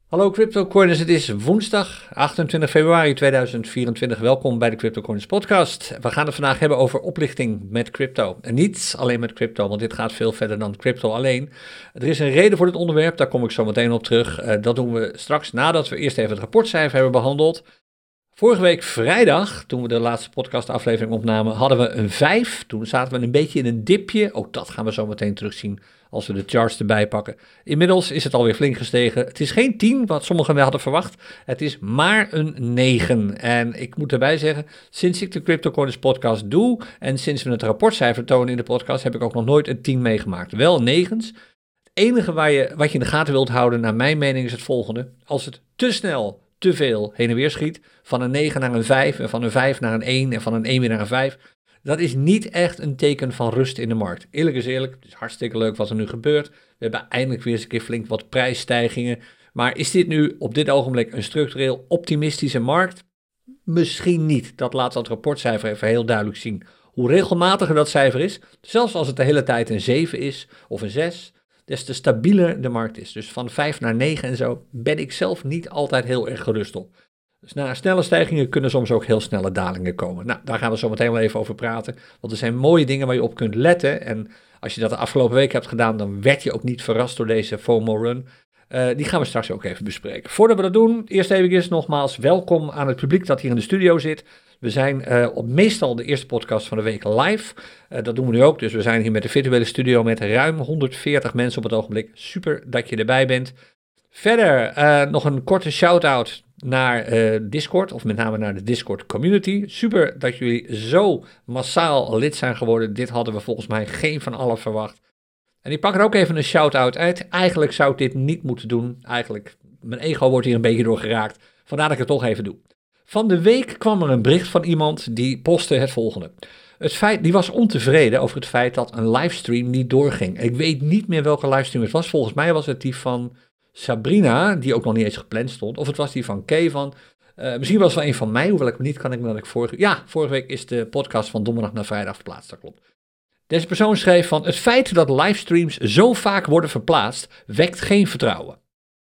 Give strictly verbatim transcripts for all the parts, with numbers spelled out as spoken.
Hallo CryptoCoiners, het is woensdag achtentwintig februari tweeduizend vierentwintig. Welkom bij de CryptoCoiners podcast. We gaan het vandaag hebben over oplichting met crypto. En niet alleen met crypto, want dit gaat veel verder dan crypto alleen. Er is een reden voor dit onderwerp, daar kom ik zo meteen op terug. Uh, dat doen we straks nadat we eerst even het rapportcijfer hebben behandeld. Vorige week vrijdag, toen we de laatste podcastaflevering opnamen, hadden we een vijf. Toen zaten we een beetje in een dipje. Ook dat gaan we zo meteen terugzien als we de charts erbij pakken. Inmiddels is het alweer flink gestegen. Het is geen tien, wat sommigen wel hadden verwacht. Het is maar een negen. En ik moet erbij zeggen, sinds ik de CryptoCoiners podcast doe en sinds we het rapportcijfer tonen in de podcast, heb ik ook nog nooit een tien meegemaakt. Wel negens. Het enige waar je, wat je in de gaten wilt houden, naar mijn mening, is het volgende. Als het te snel te veel heen en weer schiet, van een negen naar een vijf en van een vijf naar een één en van een één weer naar een vijf. Dat is niet echt een teken van rust in de markt. Eerlijk is eerlijk, het is hartstikke leuk wat er nu gebeurt. We hebben eindelijk weer eens een keer flink wat prijsstijgingen. Maar is dit nu op dit ogenblik een structureel optimistische markt? Misschien niet. Dat laat dat rapportcijfer even heel duidelijk zien. Hoe regelmatiger dat cijfer is, zelfs als het de hele tijd een zeven is of een zes, des te stabieler de markt is. Dus van vijf naar negen en zo ben ik zelf niet altijd heel erg gerust op. Dus na snelle stijgingen kunnen soms ook heel snelle dalingen komen. Nou, daar gaan we zo meteen wel even over praten. Want er zijn mooie dingen waar je op kunt letten. En als je dat de afgelopen week hebt gedaan, dan werd je ook niet verrast door deze FOMO-run. Uh, die gaan we straks ook even bespreken. Voordat we dat doen, eerst even nogmaals welkom aan het publiek dat hier in de studio zit. We zijn uh, op meestal de eerste podcast van de week live. Uh, dat doen we nu ook, dus we zijn hier met de virtuele studio met ruim honderdveertig mensen op het ogenblik. Super dat je erbij bent. Verder uh, nog een korte shout-out naar uh, Discord, of met name naar de Discord community. Super dat jullie zo massaal lid zijn geworden. Dit hadden we volgens mij geen van allen verwacht. En ik pak er ook even een shout-out uit. Eigenlijk zou ik dit niet moeten doen. Eigenlijk, mijn ego wordt hier een beetje door geraakt. Vandaar dat ik het toch even doe. Van de week kwam er een bericht van iemand die postte het volgende. Het feit, die was ontevreden over het feit dat een livestream niet doorging. Ik weet niet meer welke livestream het was. Volgens mij was het die van Sabrina, die ook nog niet eens gepland stond. Of het was die van Kevan. Uh, misschien was het wel een van mij, hoewel ik me niet kan ik me dat ik vorige... Ja, vorige week is de podcast van donderdag naar vrijdag verplaatst, dat klopt. Deze persoon schreef van, het feit dat livestreams zo vaak worden verplaatst, wekt geen vertrouwen.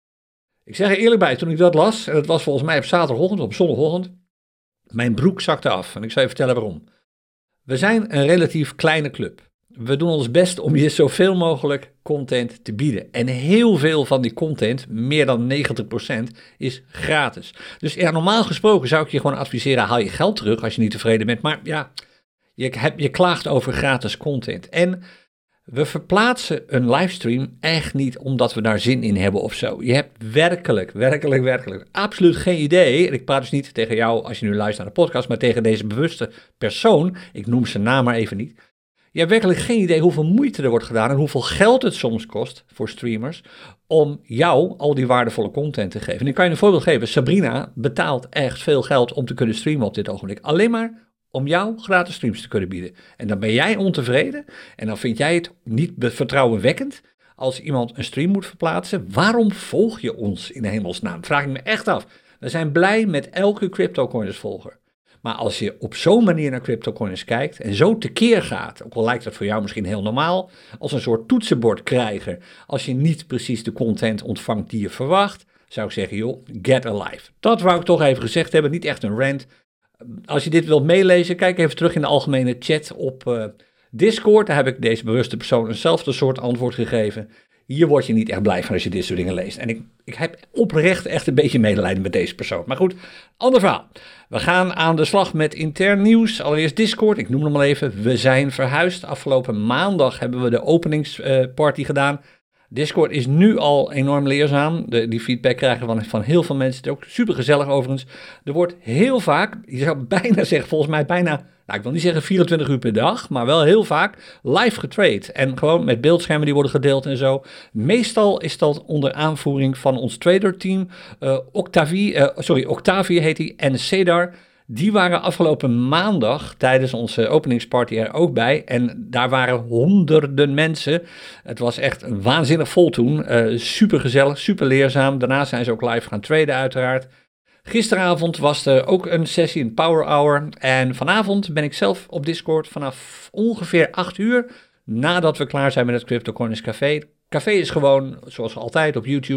Ik zeg er eerlijk bij, toen ik dat las, en het was volgens mij op zaterdagochtend, op zondagochtend, mijn broek zakte af. En ik zal je vertellen waarom. We zijn een relatief kleine club. We doen ons best om je zoveel mogelijk content te bieden. En heel veel van die content, meer dan negentig procent, is gratis. Dus ja, normaal gesproken zou ik je gewoon adviseren, haal je geld terug als je niet tevreden bent. Maar ja, je, heb, je klaagt over gratis content. En we verplaatsen een livestream echt niet omdat we daar zin in hebben of zo. Je hebt werkelijk, werkelijk, werkelijk absoluut geen idee. En ik praat dus niet tegen jou als je nu luistert naar de podcast, maar tegen deze bewuste persoon. Ik noem zijn naam maar even niet. Je hebt werkelijk geen idee hoeveel moeite er wordt gedaan en hoeveel geld het soms kost voor streamers om jou al die waardevolle content te geven. En ik kan je een voorbeeld geven. Sabrina betaalt echt veel geld om te kunnen streamen op dit ogenblik. Alleen maar om jou gratis streams te kunnen bieden. En dan ben jij ontevreden en dan vind jij het niet vertrouwenwekkend als iemand een stream moet verplaatsen. Waarom volg je ons in de hemelsnaam? Vraag ik me echt af. We zijn blij met elke CryptoCoiners volger. Maar als je op zo'n manier naar CryptoCoiners kijkt en zo tekeer gaat, ook al lijkt dat voor jou misschien heel normaal, als een soort toetsenbord krijgen, als je niet precies de content ontvangt die je verwacht, zou ik zeggen, joh, get alive. Dat wou ik toch even gezegd hebben, niet echt een rant. Als je dit wilt meelezen, kijk even terug in de algemene chat op uh, Discord. Daar heb ik deze bewuste persoon eenzelfde soort antwoord gegeven. Hier word je niet echt blij van als je dit soort dingen leest. En ik, ik heb oprecht echt een beetje medelijden met deze persoon. Maar goed, ander verhaal. We gaan aan de slag met intern nieuws. Allereerst Discord, ik noem hem al even. We zijn verhuisd. Afgelopen maandag hebben we de openingsparty uh, gedaan. Discord is nu al enorm leerzaam. De, die feedback krijgen we van, van heel veel mensen. Het is ook super gezellig overigens. Er wordt heel vaak, je zou bijna zeggen, volgens mij bijna, nou ik wil niet zeggen vierentwintig uur per dag, maar wel heel vaak live getrade. En gewoon met beeldschermen die worden gedeeld en zo. Meestal is dat onder aanvoering van ons traderteam. Uh, Octavie, uh, sorry, Octavie heet hij en Cedar. Die waren afgelopen maandag tijdens onze openingsparty er ook bij. En daar waren honderden mensen. Het was echt waanzinnig vol toen. Uh, super gezellig, super leerzaam. Daarna zijn ze ook live gaan traden uiteraard. Gisteravond was er ook een sessie, een power hour. En vanavond ben ik zelf op Discord vanaf ongeveer acht uur. Nadat we klaar zijn met het CryptoCoiners Café. Café is gewoon, zoals altijd op YouTube,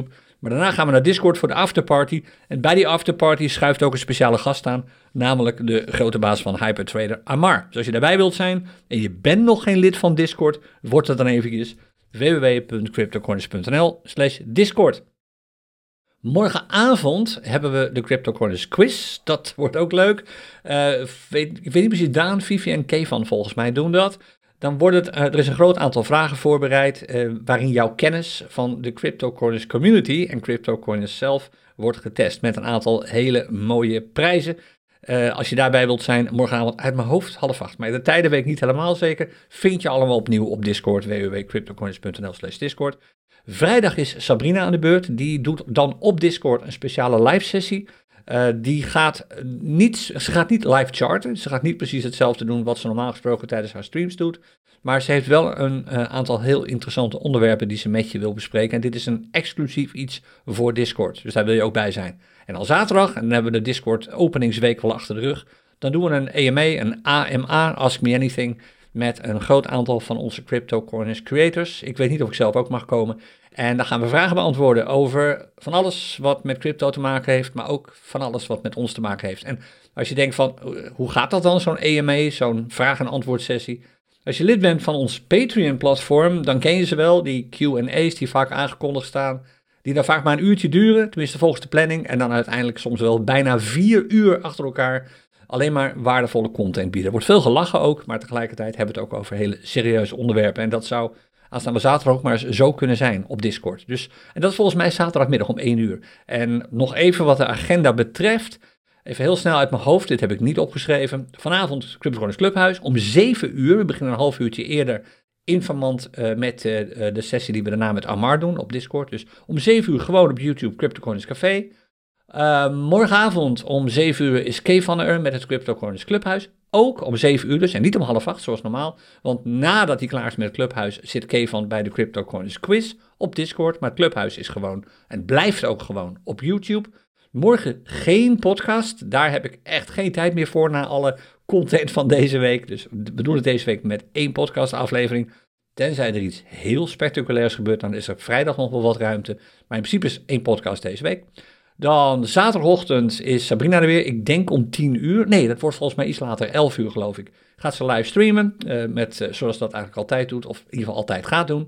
Maar daarna gaan we naar Discord voor de afterparty. En bij die afterparty schuift ook een speciale gast aan, namelijk de grote baas van Hypertrader, Amar. Dus als je daarbij wilt zijn en je bent nog geen lid van Discord, wordt het dan eventjes w w w punt cryptocorners punt n l slash discord. Morgenavond hebben we de CryptoCorners quiz. Dat wordt ook leuk. Uh, weet, ik weet niet precies, Daan, Vivi en Kevan volgens mij doen dat. Dan wordt het, uh, er is een groot aantal vragen voorbereid, uh, waarin jouw kennis van de CryptoCorners community en CryptoCorners zelf wordt getest. Met een aantal hele mooie prijzen. Uh, als je daarbij wilt zijn, morgenavond uit mijn hoofd half acht. Maar de tijden weet ik niet helemaal zeker. Vind je allemaal opnieuw op Discord, w w w punt cryptocorners punt n l slash discord. Vrijdag is Sabrina aan de beurt. Die doet dan op Discord een speciale live sessie. Uh, die gaat niet, ze gaat niet live charten. Ze gaat niet precies hetzelfde doen wat ze normaal gesproken tijdens haar streams doet. Maar ze heeft wel een uh, aantal heel interessante onderwerpen die ze met je wil bespreken. En dit is een exclusief iets voor Discord. Dus daar wil je ook bij zijn. En al zaterdag, en dan hebben we de Discord openingsweek wel achter de rug. Dan doen we een A M A, een A M A, Ask Me Anything, met een groot aantal van onze CryptoCorners creators. Ik weet niet of ik zelf ook mag komen. En dan gaan we vragen beantwoorden over van alles wat met crypto te maken heeft, maar ook van alles wat met ons te maken heeft. En als je denkt van, hoe gaat dat dan, zo'n A M A, zo'n vraag- en antwoord sessie? Als je lid bent van ons Patreon-platform, dan ken je ze wel, die Q en A's die vaak aangekondigd staan, die dan vaak maar een uurtje duren, tenminste volgens de planning, en dan uiteindelijk soms wel bijna vier uur achter elkaar alleen maar waardevolle content bieden. Er wordt veel gelachen ook, maar tegelijkertijd hebben we het ook over hele serieuze onderwerpen. En dat zou aanstaande zaterdag ook maar eens zo kunnen zijn op Discord. Dus, en dat is volgens mij zaterdagmiddag om één uur. En nog even wat de agenda betreft, even heel snel uit mijn hoofd, dit heb ik niet opgeschreven. Vanavond CryptoCorners Clubhuis om zeven uur, we beginnen een half uurtje eerder in verband uh, met uh, de sessie die we daarna met Amar doen op Discord. Dus om zeven uur gewoon op YouTube CryptoCorners Café. Uh, morgenavond om zeven uur is Kevan er met het CryptoCorners Clubhuis. Ook om zeven uur dus, en niet om half acht zoals normaal. Want nadat hij klaar is met het Clubhuis zit Kevan bij de CryptoCorners Quiz op Discord. Maar het Clubhuis is gewoon, en blijft ook gewoon, op YouTube. Morgen geen podcast, daar heb ik echt geen tijd meer voor na alle content van deze week. Dus we doen het deze week met één podcastaflevering. Tenzij er iets heel spectaculairs gebeurt, dan is er vrijdag nog wel wat ruimte. Maar in principe is één podcast deze week. Dan zaterdagochtend is Sabrina er weer, ik denk om tien uur. Nee, dat wordt volgens mij iets later, elf uur geloof ik. Gaat ze live streamen, uh, met, uh, zoals dat eigenlijk altijd doet, of in ieder geval altijd gaat doen.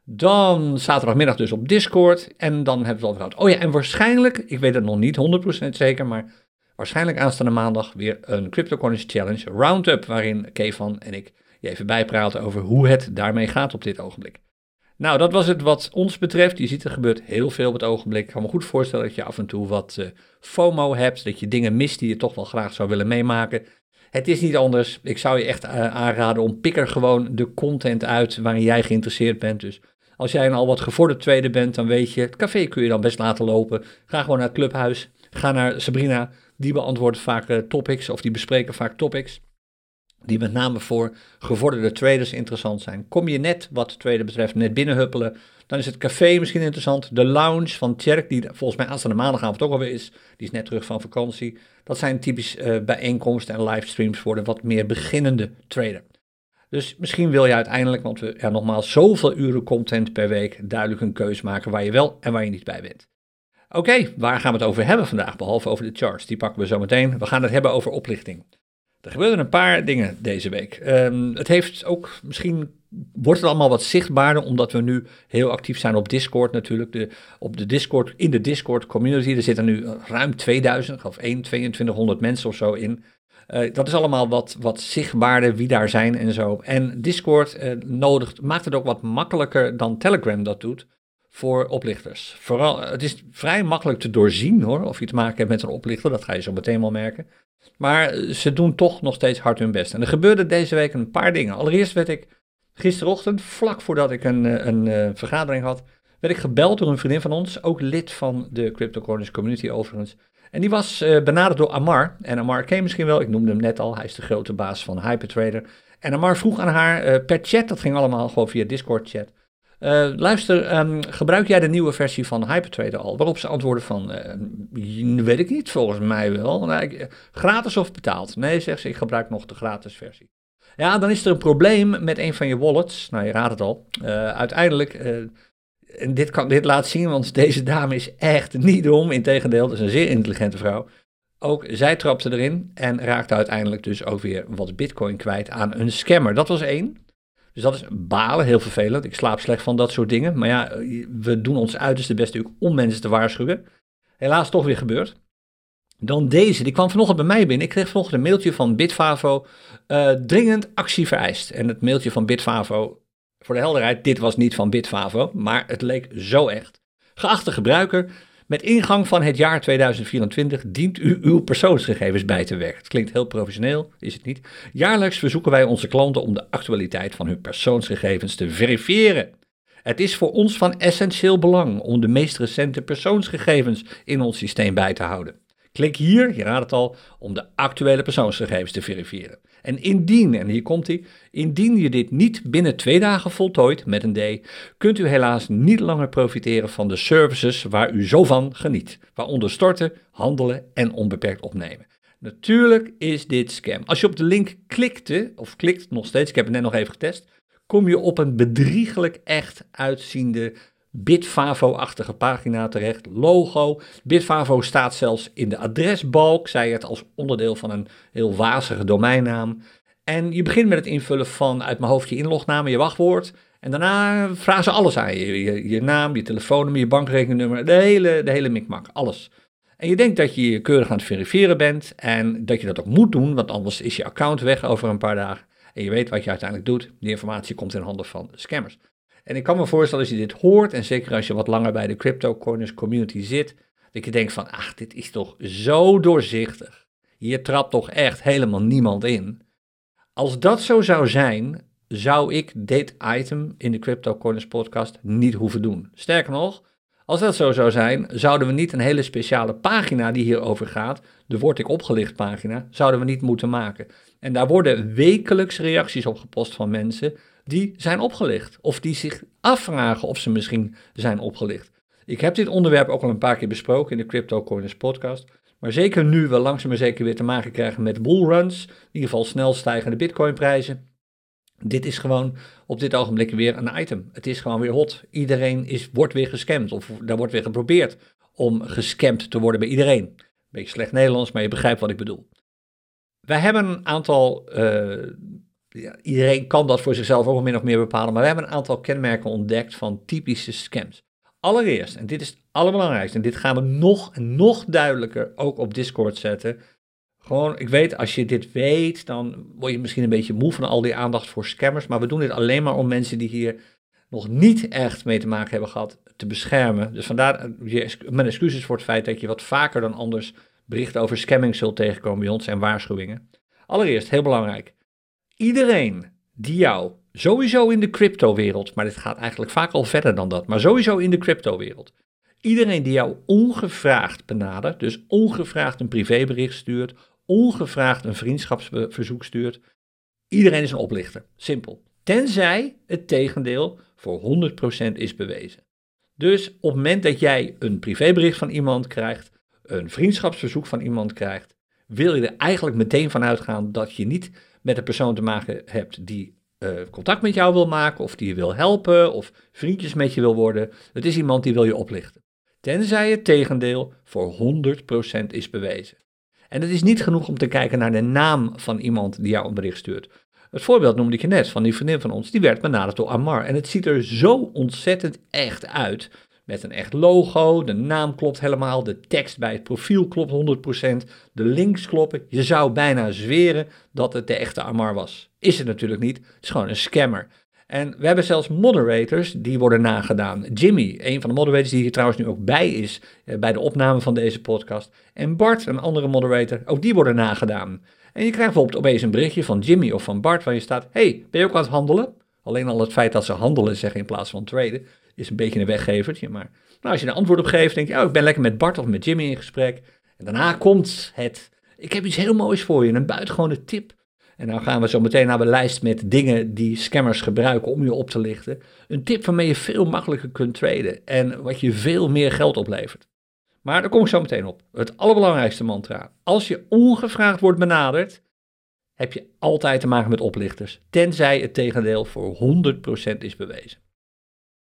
Dan zaterdagmiddag dus op Discord. En dan hebben we het al gehad. Oh ja, en waarschijnlijk, ik weet het nog niet honderd procent zeker, maar waarschijnlijk aanstaande maandag weer een CryptoCorners Challenge Roundup, waarin Kevan en ik je even bijpraten over hoe het daarmee gaat op dit ogenblik. Nou, dat was het wat ons betreft. Je ziet, er gebeurt heel veel op het ogenblik. Ik kan me goed voorstellen dat je af en toe wat uh, FOMO hebt, dat je dingen mist die je toch wel graag zou willen meemaken. Het is niet anders. Ik zou je echt uh, aanraden om pik er gewoon de content uit waarin jij geïnteresseerd bent. Dus als jij een al wat gevorderd trader bent, dan weet je, het café kun je dan best laten lopen. Ga gewoon naar het clubhuis. Ga naar Sabrina, die beantwoordt vaak uh, topics, of die bespreken vaak topics die met name voor gevorderde traders interessant zijn. Kom je net, wat traden betreft, net binnenhuppelen, dan is het café misschien interessant. De lounge van Tjerk, die volgens mij aanstaande maandagavond ook alweer is, die is net terug van vakantie. Dat zijn typisch uh, bijeenkomsten en livestreams voor de wat meer beginnende trader. Dus misschien wil je uiteindelijk, want we ja, nogmaals zoveel uren content per week, duidelijk een keuze maken waar je wel en waar je niet bij bent. Oké, okay, waar gaan we het over hebben vandaag, behalve over de charts? Die pakken we zo meteen. We gaan het hebben over oplichting. Er gebeuren een paar dingen deze week. Um, het heeft ook, misschien wordt het allemaal wat zichtbaarder, omdat we nu heel actief zijn op Discord natuurlijk. De, op de Discord, in de Discord community, er zitten nu ruim tweeduizend of tweeëntwintighonderd mensen of zo in. Uh, dat is allemaal wat, wat zichtbaarder wie daar zijn en zo. En Discord uh, nodigt, maakt het ook wat makkelijker dan Telegram dat doet voor oplichters. Vooral, het is vrij makkelijk te doorzien hoor, of je te maken hebt met een oplichter, dat ga je zo meteen wel merken. Maar ze doen toch nog steeds hard hun best. En er gebeurde deze week een paar dingen. Allereerst werd ik gisterochtend, vlak voordat ik een, een, een, een vergadering had, werd ik gebeld door een vriendin van ons, ook lid van de CryptoCorners community overigens. En die was uh, benaderd door Amar. En Amar ken je misschien wel, ik noemde hem net al, hij is de grote baas van Hypertrader. En Amar vroeg aan haar uh, per chat, dat ging allemaal gewoon via Discord chat. Uh, luister, um, gebruik jij de nieuwe versie van Hypertrader al? Waarop ze antwoordde van, uh, weet ik niet, volgens mij wel. Nou, ik, gratis of betaald? Nee, zegt ze, ik gebruik nog de gratis versie. Ja, dan is er een probleem met een van je wallets. Nou, je raadt het al. Uh, uiteindelijk, uh, en dit, kan, dit laat zien, want deze dame is echt niet dom. Integendeel, dat is een zeer intelligente vrouw. Ook zij trapte erin en raakte uiteindelijk dus ook weer wat bitcoin kwijt aan een scammer. Dat was één. Dus dat is balen, heel vervelend. Ik slaap slecht van dat soort dingen. Maar ja, we doen ons uiterste best natuurlijk om mensen te waarschuwen. Helaas toch weer gebeurd. Dan deze, die kwam vanochtend bij mij binnen. Ik kreeg vanochtend een mailtje van Bitfavo. Uh, dringend actie vereist. En het mailtje van Bitfavo, voor de helderheid, dit was niet van Bitfavo. Maar het leek zo echt. Geachte gebruiker, met ingang van het jaar tweeduizend vierentwintig dient u uw persoonsgegevens bij te werken. Het klinkt heel professioneel, is het niet. Jaarlijks verzoeken wij onze klanten om de actualiteit van hun persoonsgegevens te verifiëren. Het is voor ons van essentieel belang om de meest recente persoonsgegevens in ons systeem bij te houden. Klik hier, je raadt het al, om de actuele persoonsgegevens te verifiëren. En indien, en hier komt hij, indien je dit niet binnen twee dagen voltooit, met een D, kunt u helaas niet langer profiteren van de services waar u zo van geniet. Waaronder storten, handelen en onbeperkt opnemen. Natuurlijk is dit scam. Als je op de link klikte, of klikt nog steeds, ik heb het net nog even getest, kom je op een bedriegelijk echt uitziende Bitfavo-achtige pagina terecht, logo. Bitfavo staat zelfs in de adresbalk, zij het als onderdeel van een heel wazige domeinnaam. En je begint met het invullen van uit mijn hoofd je inlognaam en je wachtwoord. En daarna vragen ze alles aan je, je, je naam, je telefoonnummer, je bankrekeningnummer, de hele, de hele mikmak, alles. En je denkt dat je je keurig aan het verifiëren bent en dat je dat ook moet doen, want anders is je account weg over een paar dagen. En je weet wat je uiteindelijk doet, die informatie komt in handen van scammers. En ik kan me voorstellen als je dit hoort, en zeker als je wat langer bij de CryptoCoiners community zit, dat je denkt van, ach, dit is toch zo doorzichtig. Hier trapt toch echt helemaal niemand in. Als dat zo zou zijn, zou ik dit item in de CryptoCoiners podcast niet hoeven doen. Sterker nog, als dat zo zou zijn, zouden we niet een hele speciale pagina die hierover gaat, de Word ik opgelicht pagina, zouden we niet moeten maken. En daar worden wekelijks reacties op gepost van mensen die zijn opgelicht. Of die zich afvragen of ze misschien zijn opgelicht. Ik heb dit onderwerp ook al een paar keer besproken in de CryptoCoiners podcast. Maar zeker nu we langzaam maar zeker weer te maken krijgen met bullruns. In ieder geval snel stijgende bitcoinprijzen. Dit is gewoon op dit ogenblik weer een item. Het is gewoon weer hot. Iedereen is, wordt weer gescamd. Of daar wordt weer geprobeerd om gescamd te worden bij iedereen. Beetje slecht Nederlands, maar je begrijpt wat ik bedoel. Wij hebben een aantal... Uh, Ja, iedereen kan dat voor zichzelf ook min of meer bepalen, maar we hebben een aantal kenmerken ontdekt van typische scams. Allereerst, en dit is het allerbelangrijkste, en dit gaan we nog en nog duidelijker ook op Discord zetten. Gewoon, ik weet, als je dit weet, dan word je misschien een beetje moe van al die aandacht voor scammers, maar we doen dit alleen maar om mensen die hier nog niet echt mee te maken hebben gehad, te beschermen. Dus vandaar mijn excuses voor het feit dat je wat vaker dan anders berichten over scamming zult tegenkomen bij ons en waarschuwingen. Allereerst, heel belangrijk. Iedereen die jou, sowieso in de cryptowereld, maar dit gaat eigenlijk vaak al verder dan dat, maar sowieso in de cryptowereld. Iedereen die jou ongevraagd benadert, dus ongevraagd een privébericht stuurt, ongevraagd een vriendschapsverzoek stuurt, iedereen is een oplichter. Simpel. Tenzij het tegendeel voor honderd procent is bewezen. Dus op het moment dat jij een privébericht van iemand krijgt, een vriendschapsverzoek van iemand krijgt, wil je er eigenlijk meteen van uitgaan dat je niet met een persoon te maken hebt die uh, contact met jou wil maken, of die je wil helpen, of vriendjes met je wil worden. Het is iemand die wil je oplichten. Tenzij het tegendeel voor honderd procent is bewezen. En het is niet genoeg om te kijken naar de naam van iemand die jou een bericht stuurt. Het voorbeeld noemde ik je net van die vriendin van ons, die werd benaderd door Amar. En het ziet er zo ontzettend echt uit. Met een echt logo, de naam klopt helemaal, de tekst bij het profiel klopt honderd procent, de links kloppen. Je zou bijna zweren dat het de echte Amar was. Is het natuurlijk niet, het is gewoon een scammer. En we hebben zelfs moderators die worden nagedaan. Jimmy, een van de moderators die hier trouwens nu ook bij is eh, bij de opname van deze podcast. En Bart, een andere moderator, ook die worden nagedaan. En je krijgt bijvoorbeeld opeens een berichtje van Jimmy of van Bart waar je staat, hey, ben je ook aan het handelen? Alleen al het feit dat ze handelen zeggen in plaats van traden is een beetje een weggevertje. Maar nou, als je een antwoord op geeft, denk je, oh, ik ben lekker met Bart of met Jimmy in gesprek. En daarna komt het, ik heb iets heel moois voor je, een buitengewone tip. En nou gaan we zo meteen naar de lijst met dingen die scammers gebruiken om je op te lichten. Een tip waarmee je veel makkelijker kunt traden en wat je veel meer geld oplevert. Maar daar kom ik zo meteen op. Het allerbelangrijkste mantra. Als je ongevraagd wordt benaderd, heb je altijd te maken met oplichters. Tenzij het tegendeel voor honderd procent is bewezen.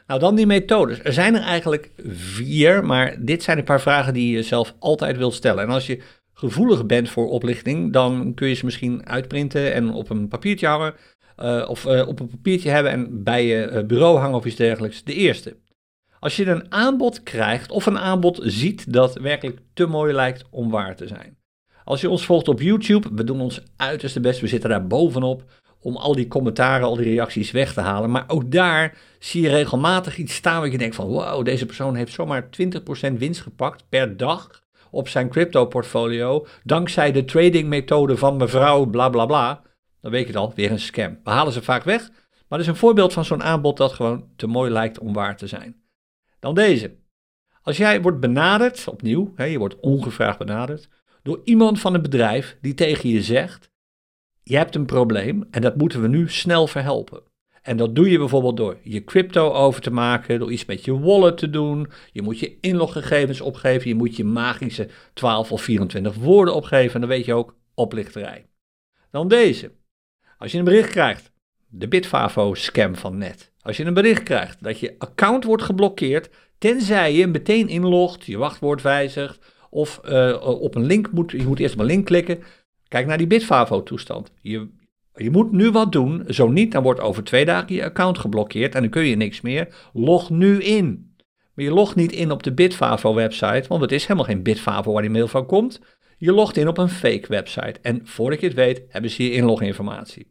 Nou, dan die methodes. Er zijn er eigenlijk vier, maar dit zijn een paar vragen die je zelf altijd wilt stellen. En als je gevoelig bent voor oplichting, dan kun je ze misschien uitprinten en op een papiertje hangen. Uh, of uh, op een papiertje hebben en bij je uh, bureau hangen of iets dergelijks. De eerste. Als je een aanbod krijgt of een aanbod ziet dat werkelijk te mooi lijkt om waar te zijn. Als je ons volgt op YouTube, we doen ons uiterste best, we zitten daar bovenop om al die commentaren, al die reacties weg te halen. Maar ook daar zie je regelmatig iets staan waar je denkt van wow, deze persoon heeft zomaar twintig procent winst gepakt per dag op zijn crypto portfolio, dankzij de tradingmethode van mevrouw bla bla bla. Dan weet je het al, weer een scam. We halen ze vaak weg, maar dat is een voorbeeld van zo'n aanbod dat gewoon te mooi lijkt om waar te zijn. Dan deze. Als jij wordt benaderd, opnieuw, hè, je wordt ongevraagd benaderd, door iemand van een bedrijf die tegen je zegt, je hebt een probleem en dat moeten we nu snel verhelpen. En dat doe je bijvoorbeeld door je crypto over te maken, door iets met je wallet te doen, je moet je inloggegevens opgeven, je moet je magische twaalf of vierentwintig woorden opgeven en dan weet je ook oplichterij. Dan deze. Als je een bericht krijgt, de Bitfavo-scam van net. Als je een bericht krijgt dat je account wordt geblokkeerd, tenzij je meteen inlogt, je wachtwoord wijzigt, of uh, op een link moet, je moet eerst op een link klikken. Kijk naar die Bitfavo-toestand. Je, je moet nu wat doen, zo niet, dan wordt over twee dagen je account geblokkeerd en dan kun je niks meer. Log nu in. Maar je logt niet in op de Bitfavo-website, want het is helemaal geen Bitfavo waar die mail van komt. Je logt in op een fake website en voordat je het weet, hebben ze je inloginformatie.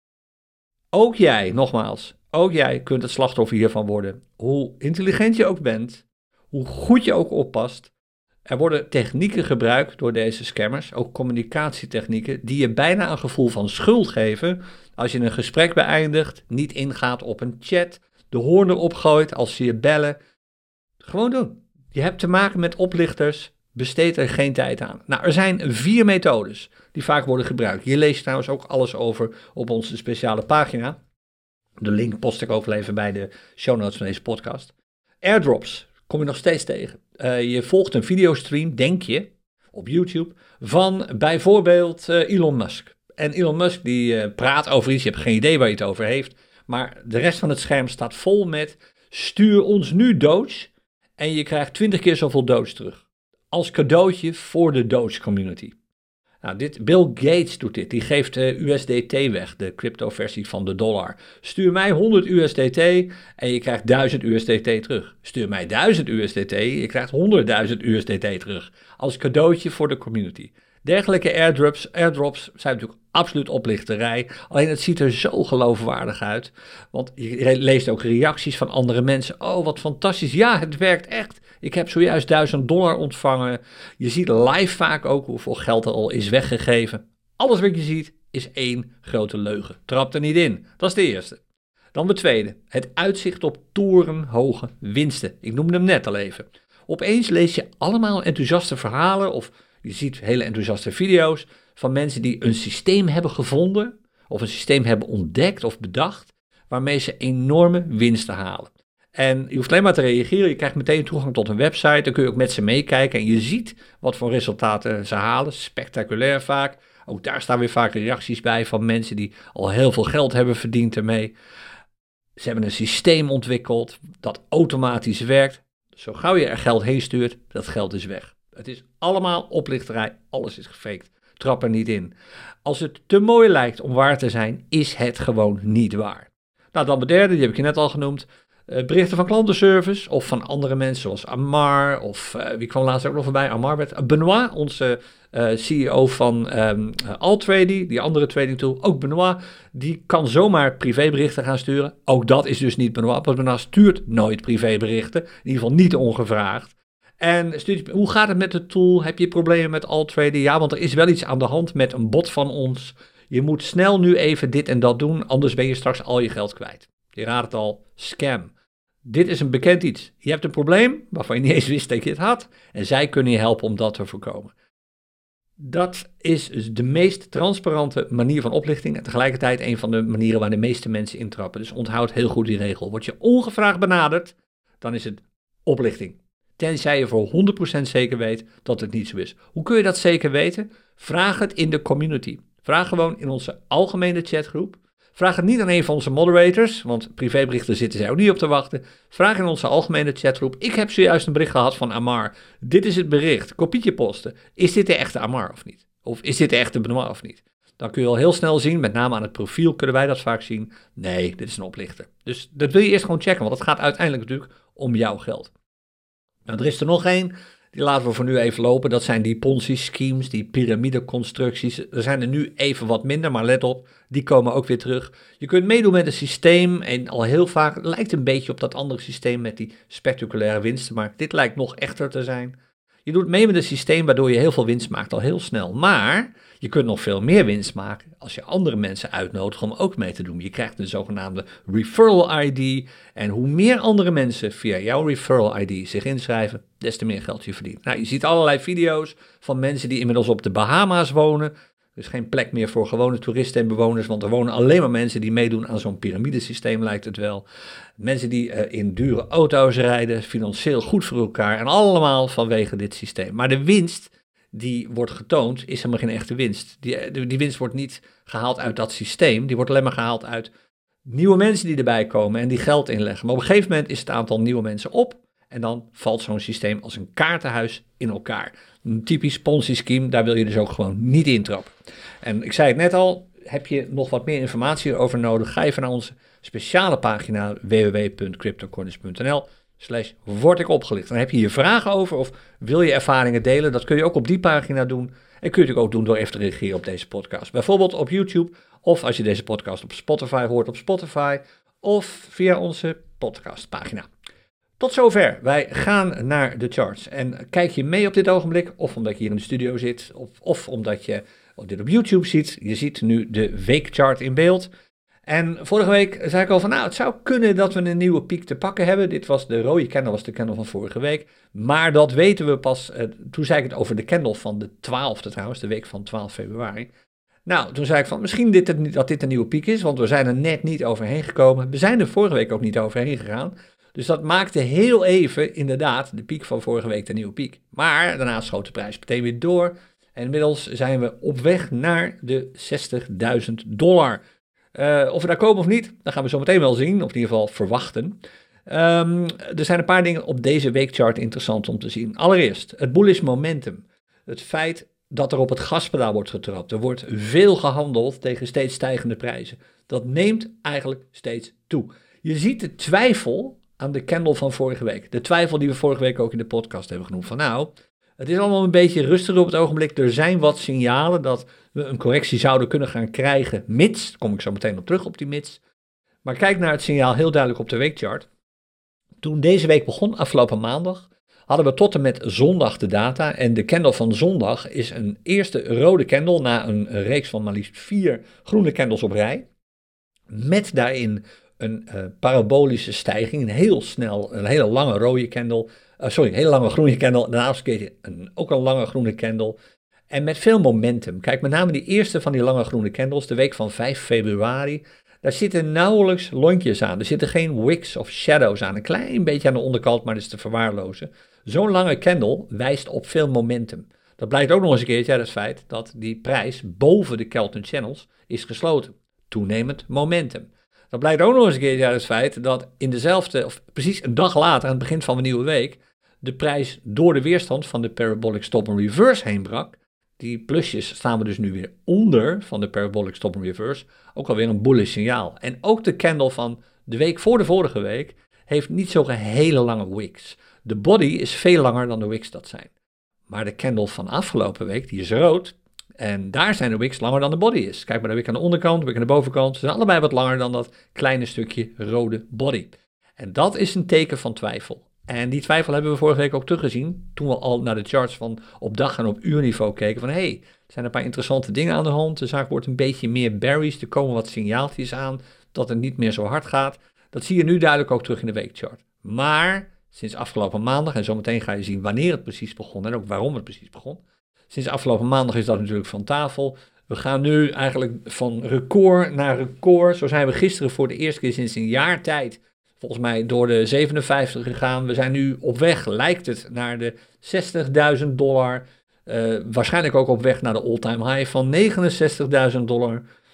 Ook jij, nogmaals, ook jij kunt het slachtoffer hiervan worden. Hoe intelligent je ook bent, hoe goed je ook oppast, er worden technieken gebruikt door deze scammers, ook communicatietechnieken, die je bijna een gevoel van schuld geven als je een gesprek beëindigt, niet ingaat op een chat, de hoorn erop gooit als ze je bellen. Gewoon doen. Je hebt te maken met oplichters, besteed er geen tijd aan. Nou, er zijn vier methodes die vaak worden gebruikt. Je leest trouwens ook alles over op onze speciale pagina. De link post ik ook wel even bij de show notes van deze podcast. Airdrops kom je nog steeds tegen. Uh, je volgt een videostream, denk je, op YouTube, van bijvoorbeeld uh, Elon Musk. En Elon Musk die uh, praat over iets, je hebt geen idee waar hij het over heeft, maar de rest van het scherm staat vol met stuur ons nu Doge en je krijgt twintig keer zoveel Doge terug. Als cadeautje voor de Doge community. Nou, dit, Bill Gates doet dit. Die geeft uh, U S D T weg, de crypto-versie van de dollar. Stuur mij honderd U S D T en je krijgt duizend U S D T terug. Stuur mij duizend U S D T en je krijgt honderdduizend U S D T terug. Als cadeautje voor de community. Dergelijke airdrops, airdrops zijn natuurlijk absoluut oplichterij. Alleen het ziet er zo geloofwaardig uit. Want je leest ook reacties van andere mensen. Oh, wat fantastisch. Ja, het werkt echt. Ik heb zojuist duizend dollar ontvangen. Je ziet live vaak ook hoeveel geld er al is weggegeven. Alles wat je ziet is één grote leugen. Trap er niet in. Dat is de eerste. Dan de tweede. Het uitzicht op torenhoge winsten. Ik noemde hem net al even. Opeens lees je allemaal enthousiaste verhalen of je ziet hele enthousiaste video's van mensen die een systeem hebben gevonden of een systeem hebben ontdekt of bedacht waarmee ze enorme winsten halen. En je hoeft alleen maar te reageren, je krijgt meteen toegang tot een website, dan kun je ook met ze meekijken en je ziet wat voor resultaten ze halen, spectaculair vaak. Ook daar staan weer vaak reacties bij van mensen die al heel veel geld hebben verdiend ermee. Ze hebben een systeem ontwikkeld dat automatisch werkt. Zo gauw je er geld heen stuurt, dat geld is weg. Het is allemaal oplichterij, alles is gefaked. Trap er niet in. Als het te mooi lijkt om waar te zijn, is het gewoon niet waar. Nou, dan de derde, die heb ik je net al genoemd. Uh, berichten van klantenservice of van andere mensen zoals Amar of uh, wie kwam laatst ook nog voorbij? Amar werd uh, Benoit, onze uh, C E O van um, uh, Altrady, die andere trading tool. Ook Benoit, die kan zomaar privéberichten gaan sturen. Ook dat is dus niet Benoit, want Benoit stuurt nooit privéberichten, in ieder geval niet ongevraagd. En stuurt, hoe gaat het met de tool? Heb je problemen met Altrady? Ja, want er is wel iets aan de hand met een bot van ons. Je moet snel nu even dit en dat doen, anders ben je straks al je geld kwijt. Je raadt het al, scam. Dit is een bekend iets. Je hebt een probleem waarvan je niet eens wist dat je het had. En zij kunnen je helpen om dat te voorkomen. Dat is dus de meest transparante manier van oplichting. En tegelijkertijd een van de manieren waar de meeste mensen intrappen. Dus onthoud heel goed die regel. Word je ongevraagd benaderd, dan is het oplichting. Tenzij je voor honderd procent zeker weet dat het niet zo is. Hoe kun je dat zeker weten? Vraag het in de community. Vraag gewoon in onze algemene chatgroep. Vraag het niet aan een van onze moderators, want privéberichten zitten zij ook niet op te wachten. Vraag in onze algemene chatgroep. Ik heb zojuist een bericht gehad van Amar. Dit is het bericht. Kopietje posten. Is dit de echte Amar of niet? Of is dit de echte Benoit of niet? Dan kun je al heel snel zien, met name aan het profiel kunnen wij dat vaak zien. Nee, dit is een oplichter. Dus dat wil je eerst gewoon checken, want het gaat uiteindelijk natuurlijk om jouw geld. Nou, er is er nog één. Die laten we voor nu even lopen. Dat zijn die Ponzi-schemes, die piramideconstructies. Er zijn er nu even wat minder, maar let op, die komen ook weer terug. Je kunt meedoen met een systeem en al heel vaak, het lijkt een beetje op dat andere systeem met die spectaculaire winsten, maar dit lijkt nog echter te zijn. Je doet mee met een systeem waardoor je heel veel winst maakt al heel snel, maar je kunt nog veel meer winst maken als je andere mensen uitnodigt om ook mee te doen. Je krijgt een zogenaamde referral I D en hoe meer andere mensen via jouw referral I D zich inschrijven, des te meer geld je verdient. Nou, je ziet allerlei video's van mensen die inmiddels op de Bahama's wonen. Er is geen plek meer voor gewone toeristen en bewoners, want er wonen alleen maar mensen die meedoen aan zo'n piramidesysteem, lijkt het wel. Mensen die uh, in dure auto's rijden, financieel goed voor elkaar en allemaal vanwege dit systeem. Maar de winst die wordt getoond, is helemaal geen echte winst. Die, die winst wordt niet gehaald uit dat systeem, die wordt alleen maar gehaald uit nieuwe mensen die erbij komen en die geld inleggen. Maar op een gegeven moment is het aantal nieuwe mensen op en dan valt zo'n systeem als een kaartenhuis in elkaar. Een typisch Ponzi-scheme, daar wil je dus ook gewoon niet intrappen. En ik zei het net al, heb je nog wat meer informatie over nodig, ga even naar onze speciale pagina w w w punt cryptocorners punt n l slash word ik opgelicht. Dan heb je hier vragen over of wil je ervaringen delen, dat kun je ook op die pagina doen. En kun je natuurlijk ook doen door even te reageren op deze podcast. Bijvoorbeeld op YouTube of als je deze podcast op Spotify hoort op Spotify of via onze podcastpagina. Tot zover. Wij gaan naar de charts. En kijk je mee op dit ogenblik, of omdat je hier in de studio zit, of, of omdat je dit op YouTube ziet. Je ziet nu de weekchart in beeld. En vorige week zei ik al van, nou, het zou kunnen dat we een nieuwe piek te pakken hebben. Dit was de rode candle, was de candle van vorige week. Maar dat weten we pas, uh, toen zei ik het over de candle van de twaalfde trouwens, de week van twaalf februari. Nou, toen zei ik van, misschien dit, dat dit een nieuwe piek is, want we zijn er net niet overheen gekomen. We zijn er vorige week ook niet overheen gegaan. Dus dat maakte heel even inderdaad de piek van vorige week de nieuwe piek. Maar daarna schoot de prijs meteen weer door. En inmiddels zijn we op weg naar de zestigduizend dollar. Uh, of we daar komen of niet, dat gaan we zo meteen wel zien, of in ieder geval verwachten. Um, er zijn een paar dingen op deze weekchart interessant om te zien. Allereerst, het bullish momentum. Het feit dat er op het gaspedaal wordt getrapt. Er wordt veel gehandeld tegen steeds stijgende prijzen. Dat neemt eigenlijk steeds toe. Je ziet de twijfel aan de candle van vorige week. De twijfel die we vorige week ook in de podcast hebben genoemd. Van nou, het is allemaal een beetje rustiger op het ogenblik. Er zijn wat signalen dat we een correctie zouden kunnen gaan krijgen. Mits, daar kom ik zo meteen op terug op die mits. Maar kijk naar het signaal heel duidelijk op de weekchart. Toen deze week begon, afgelopen maandag, hadden we tot en met zondag de data. En de candle van zondag is een eerste rode candle na een reeks van maar liefst vier groene candles op rij. Met daarin een uh, parabolische stijging, een heel snel, een hele lange rode candle, uh, sorry, een hele lange groene candle, daarnaast een, ook een lange groene candle en met veel momentum. Kijk, met name die eerste van die lange groene candles, de week van vijf februari, daar zitten nauwelijks lontjes aan, er zitten geen wicks of shadows aan, een klein beetje aan de onderkant, maar dat is te verwaarlozen. Zo'n lange candle wijst op veel momentum. Dat blijkt ook nog eens een keertje uit het feit dat die prijs boven de Kelton Channels is gesloten. Toenemend momentum. Dat blijkt ook nog eens een keer uit het feit dat in dezelfde, of precies een dag later, aan het begin van de nieuwe week, de prijs door de weerstand van de Parabolic Stop and Reverse heen brak. Die plusjes staan we dus nu weer onder van de Parabolic Stop and Reverse. Ook alweer een bullish signaal. En ook de candle van de week voor de vorige week heeft niet zo'n hele lange wicks. De body is veel langer dan de wicks dat zijn. Maar de candle van afgelopen week, die is rood. En daar zijn de wicks langer dan de body is. Kijk maar de wick aan de onderkant, de wick aan de bovenkant. Ze zijn allebei wat langer dan dat kleine stukje rode body. En dat is een teken van twijfel. En die twijfel hebben we vorige week ook teruggezien. Toen we al naar de charts van op dag- en op uurniveau keken. Van hé, hey, er zijn een paar interessante dingen aan de hand. De zaak wordt een beetje meer bearish. Er komen wat signaaltjes aan dat het niet meer zo hard gaat. Dat zie je nu duidelijk ook terug in de weekchart. Maar sinds afgelopen maandag, en zometeen ga je zien wanneer het precies begon en ook waarom het precies begon. Sinds afgelopen maandag is dat natuurlijk van tafel. We gaan nu eigenlijk van record naar record. Zo zijn we gisteren voor de eerste keer sinds een jaar tijd, volgens mij door de zevenenvijftig gegaan. We zijn nu op weg, lijkt het, naar de zestigduizend dollar. Uh, waarschijnlijk ook op weg naar de all-time high van negenenzestigduizend dollar.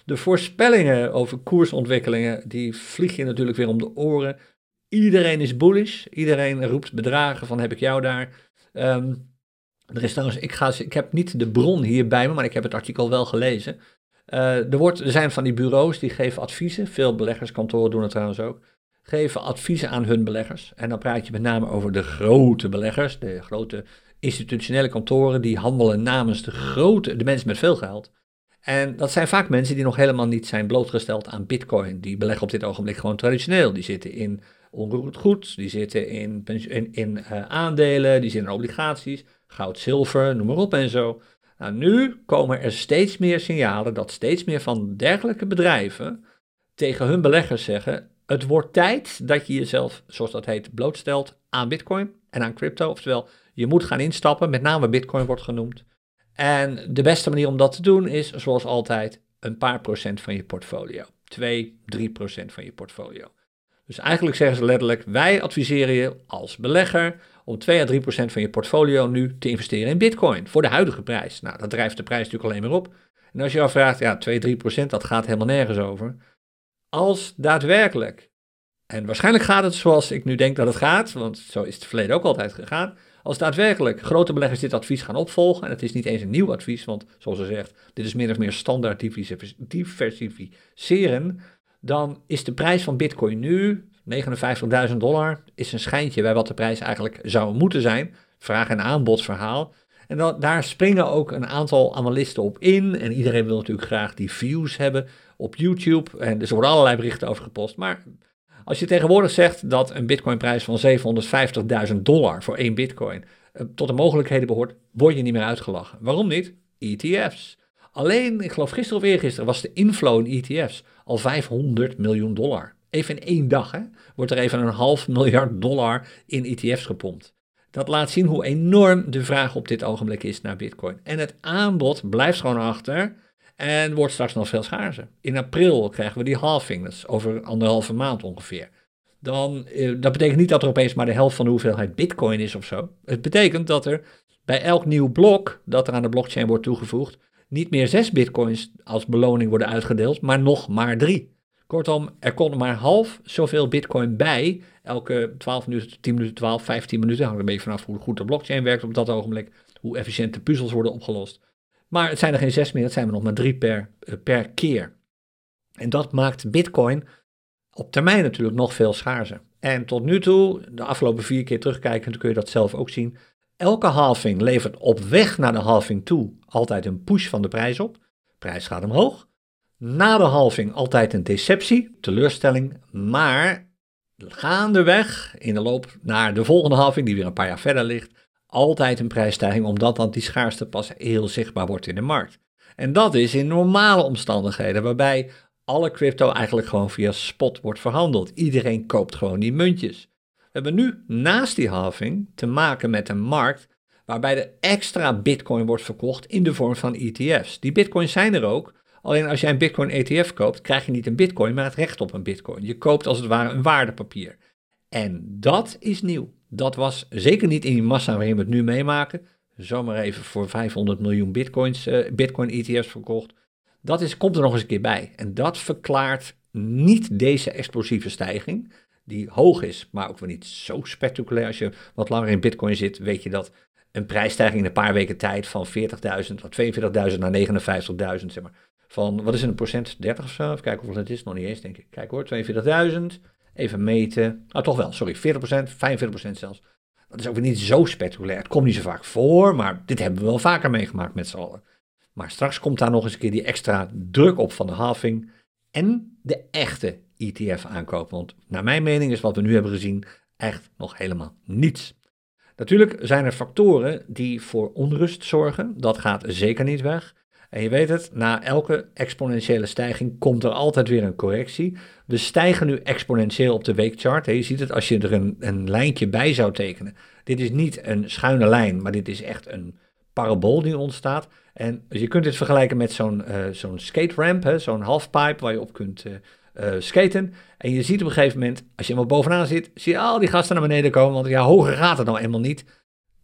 De voorspellingen over koersontwikkelingen, die vlieg je natuurlijk weer om de oren. Iedereen is bullish. Iedereen roept bedragen van heb ik jou daar. Um, er is trouwens, ik, ga, ik heb niet de bron hier bij me, maar ik heb het artikel wel gelezen. Uh, er, wordt, er zijn van die bureaus die geven adviezen. Veel beleggerskantoren doen het trouwens ook. Geven adviezen aan hun beleggers. En dan praat je met name over de grote beleggers. De grote institutionele kantoren die handelen namens de grote, de mensen met veel geld. En dat zijn vaak mensen die nog helemaal niet zijn blootgesteld aan bitcoin. Die beleggen op dit ogenblik gewoon traditioneel. Die zitten in onroerend goed, die zitten in, in, in uh, aandelen, die zitten in obligaties, goud, zilver, noem maar op en zo. Nou, nu komen er steeds meer signalen dat steeds meer van dergelijke bedrijven tegen hun beleggers zeggen: het wordt tijd dat je jezelf, zoals dat heet, blootstelt aan bitcoin en aan crypto. Oftewel, je moet gaan instappen, met name bitcoin wordt genoemd. En de beste manier om dat te doen is, zoals altijd, een paar procent van je portfolio. twee, drie procent van je portfolio. Dus eigenlijk zeggen ze letterlijk, wij adviseren je als belegger om twee à drie procent van je portfolio nu te investeren in bitcoin voor de huidige prijs. Nou, dat drijft de prijs natuurlijk alleen maar op. En als je afvraagt, ja, twee, drie procent, dat gaat helemaal nergens over. Als daadwerkelijk, en waarschijnlijk gaat het zoals ik nu denk dat het gaat, want zo is het verleden ook altijd gegaan. Als daadwerkelijk grote beleggers dit advies gaan opvolgen, en het is niet eens een nieuw advies, want zoals ze zegt, dit is min of meer standaard diversificeren, dan is de prijs van bitcoin nu, negenenvijftigduizend dollar, is een schijntje bij wat de prijs eigenlijk zou moeten zijn. Vraag- en aanbodverhaal. En dan, daar springen ook een aantal analisten op in, en iedereen wil natuurlijk graag die views hebben op YouTube, en dus er worden allerlei berichten over gepost, maar als je tegenwoordig zegt dat een bitcoinprijs van zevenhonderdvijftigduizend dollar voor één bitcoin uh, tot de mogelijkheden behoort, word je niet meer uitgelachen. Waarom niet? E T F's. Alleen, ik geloof gisteren of eergisteren, was de inflow in E T F's al vijfhonderd miljoen dollar. Even in één dag, hè, wordt er even een half miljard dollar in E T F's gepompt. Dat laat zien hoe enorm de vraag op dit ogenblik is naar bitcoin. En het aanbod blijft gewoon achter en wordt straks nog veel schaarser. In april krijgen we die halving, dat is over anderhalve maand ongeveer. Dan, eh, dat betekent niet dat er opeens maar de helft van de hoeveelheid bitcoin is of zo. Het betekent dat er bij elk nieuw blok dat er aan de blockchain wordt toegevoegd, niet meer zes bitcoins als beloning worden uitgedeeld, maar nog maar drie. Kortom, er komt maar half zoveel bitcoin bij, elke twaalf minuten, tien minuten, twaalf, vijftien minuten, hangt er een beetje vanaf hoe goed de blockchain werkt op dat ogenblik, hoe efficiënt de puzzels worden opgelost. Maar het zijn er geen zes meer, het zijn er nog maar drie per, uh, per keer. En dat maakt bitcoin op termijn natuurlijk nog veel schaarser. En tot nu toe, de afgelopen vier keer terugkijken, dan kun je dat zelf ook zien. Elke halving levert op weg naar de halving toe altijd een push van de prijs op. De prijs gaat omhoog. Na de halving altijd een deceptie, teleurstelling. Maar gaandeweg in de loop naar de volgende halving, die weer een paar jaar verder ligt, altijd een prijsstijging, omdat dan die schaarste pas heel zichtbaar wordt in de markt. En dat is in normale omstandigheden, waarbij alle crypto eigenlijk gewoon via spot wordt verhandeld. Iedereen koopt gewoon die muntjes. We hebben nu naast die halving te maken met een markt waarbij er extra bitcoin wordt verkocht in de vorm van E T F's. Die bitcoins zijn er ook, alleen als jij een bitcoin E T F koopt, krijg je niet een bitcoin, maar het recht op een bitcoin. Je koopt als het ware een waardepapier. En dat is nieuw. Dat was zeker niet in die massa waarin we het nu meemaken. Zomaar even voor vijfhonderd miljoen bitcoins, uh, bitcoin E T F's verkocht. Dat is, komt er nog eens een keer bij. En dat verklaart niet deze explosieve stijging, die hoog is, maar ook weer niet zo spectaculair. Als je wat langer in bitcoin zit, weet je dat een prijsstijging in een paar weken tijd van veertigduizend of tweeënveertigduizend naar negenenvijftigduizend, zeg maar. Van, wat is het, een procent? dertig of zo? Even kijken hoeveel het is. Nog niet eens, denk ik. Kijk hoor, tweeënveertigduizend. Even meten. Nou, toch wel, sorry. veertig procent, vijfenveertig procent zelfs. Dat is ook weer niet zo spectaculair. Het komt niet zo vaak voor, maar dit hebben we wel vaker meegemaakt met z'n allen. Maar straks komt daar nog eens een keer die extra druk op van de halving en de echte E T F aankoop. Want naar mijn mening is wat we nu hebben gezien echt nog helemaal niets. Natuurlijk zijn er factoren die voor onrust zorgen. Dat gaat zeker niet weg. En je weet het, na elke exponentiële stijging komt er altijd weer een correctie. We stijgen nu exponentieel op de weekchart. Je ziet het als je er een, een lijntje bij zou tekenen. Dit is niet een schuine lijn, maar dit is echt een parabool die ontstaat. En je kunt dit vergelijken met zo'n, uh, zo'n skate ramp, hè, zo'n halfpipe waar je op kunt uh, uh, skaten. En je ziet op een gegeven moment, als je helemaal bovenaan zit, zie je al die gasten naar beneden komen. Want ja, hoger gaat het nou eenmaal niet.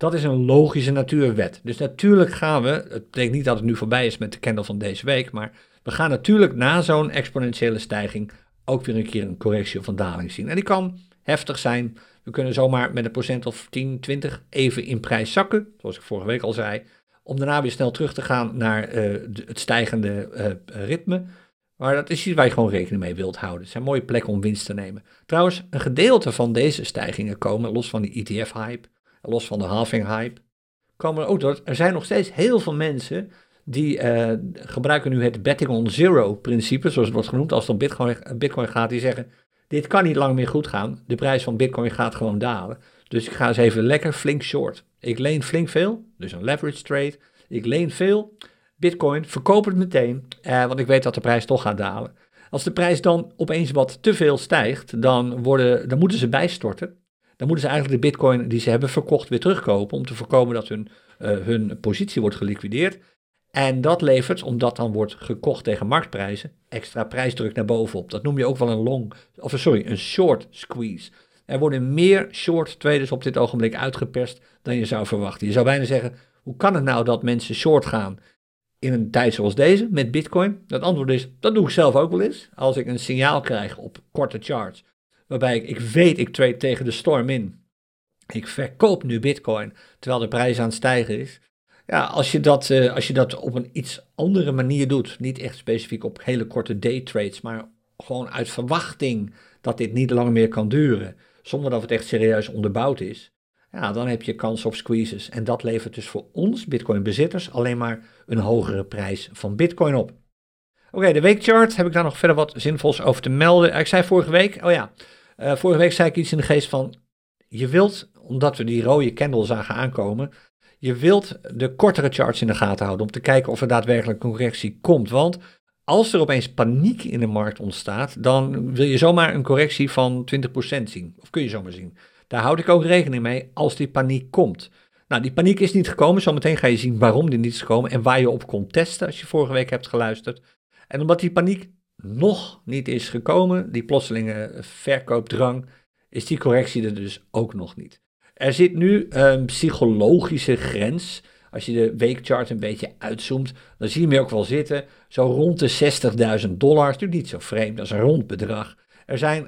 Dat is een logische natuurwet. Dus natuurlijk gaan we, het betekent niet dat het nu voorbij is met de candle van deze week, maar we gaan natuurlijk na zo'n exponentiële stijging ook weer een keer een correctie of een daling zien. En die kan heftig zijn. We kunnen zomaar met een procent of tien, twintig even in prijs zakken, zoals ik vorige week al zei, om daarna weer snel terug te gaan naar uh, de, het stijgende uh, ritme. Maar dat is iets waar je gewoon rekening mee wilt houden. Het zijn mooie plekken om winst te nemen. Trouwens, een gedeelte van deze stijgingen komen, los van die E T F-hype, los van de halving-hype, komen er ook door. Er zijn nog steeds heel veel mensen die uh, gebruiken nu het betting on zero-principe, zoals het wordt genoemd, als het om Bitcoin, Bitcoin gaat, die zeggen, dit kan niet lang meer goed gaan. De prijs van Bitcoin gaat gewoon dalen. Dus ik ga eens even lekker flink short. Ik leen flink veel, dus een leverage trade. Ik leen veel Bitcoin, verkoop het meteen, eh, want ik weet dat de prijs toch gaat dalen. Als de prijs dan opeens wat te veel stijgt, dan, worden, dan moeten ze bijstorten. Dan moeten ze eigenlijk de Bitcoin die ze hebben verkocht weer terugkopen, om te voorkomen dat hun, uh, hun positie wordt geliquideerd. En dat levert, omdat dan wordt gekocht tegen marktprijzen, extra prijsdruk naar bovenop. Dat noem je ook wel een long, of sorry, een short squeeze. Er worden meer short traders op dit ogenblik uitgeperst dan je zou verwachten. Je zou bijna zeggen, hoe kan het nou dat mensen short gaan in een tijd zoals deze met Bitcoin? Dat antwoord is, dat doe ik zelf ook wel eens. Als ik een signaal krijg op korte charts, waarbij ik, ik weet, ik trade tegen de storm in. Ik verkoop nu Bitcoin, terwijl de prijs aan het stijgen is. Ja, als je dat, uh, als je dat op een iets andere manier doet, niet echt specifiek op hele korte day trades, maar gewoon uit verwachting dat dit niet lang meer kan duren, zonder dat het echt serieus onderbouwd is, ja, dan heb je kans op squeezes. En dat levert dus voor ons Bitcoin-bezitters alleen maar een hogere prijs van Bitcoin op. Oké, okay, de weekchart, heb ik daar nog verder wat zinvols over te melden? Ik zei vorige week, oh ja, uh, vorige week zei ik iets in de geest van, je wilt, omdat we die rode candle zagen aankomen, je wilt de kortere charts in de gaten houden om te kijken of er daadwerkelijk een correctie komt. Want als er opeens paniek in de markt ontstaat, dan wil je zomaar een correctie van twintig procent zien. Of kun je zomaar zien. Daar houd ik ook rekening mee als die paniek komt. Nou, die paniek is niet gekomen. Zometeen ga je zien waarom die niet is gekomen en waar je op kon testen als je vorige week hebt geluisterd. En omdat die paniek nog niet is gekomen, die plotselinge verkoopdrang, is die correctie er dus ook nog niet. Er zit nu een psychologische grens. Als je de weekchart een beetje uitzoomt, dan zie je hem ook wel zitten. Zo rond de zestigduizend dollar. Dat is natuurlijk niet zo vreemd, dat is een rond bedrag. Er zijn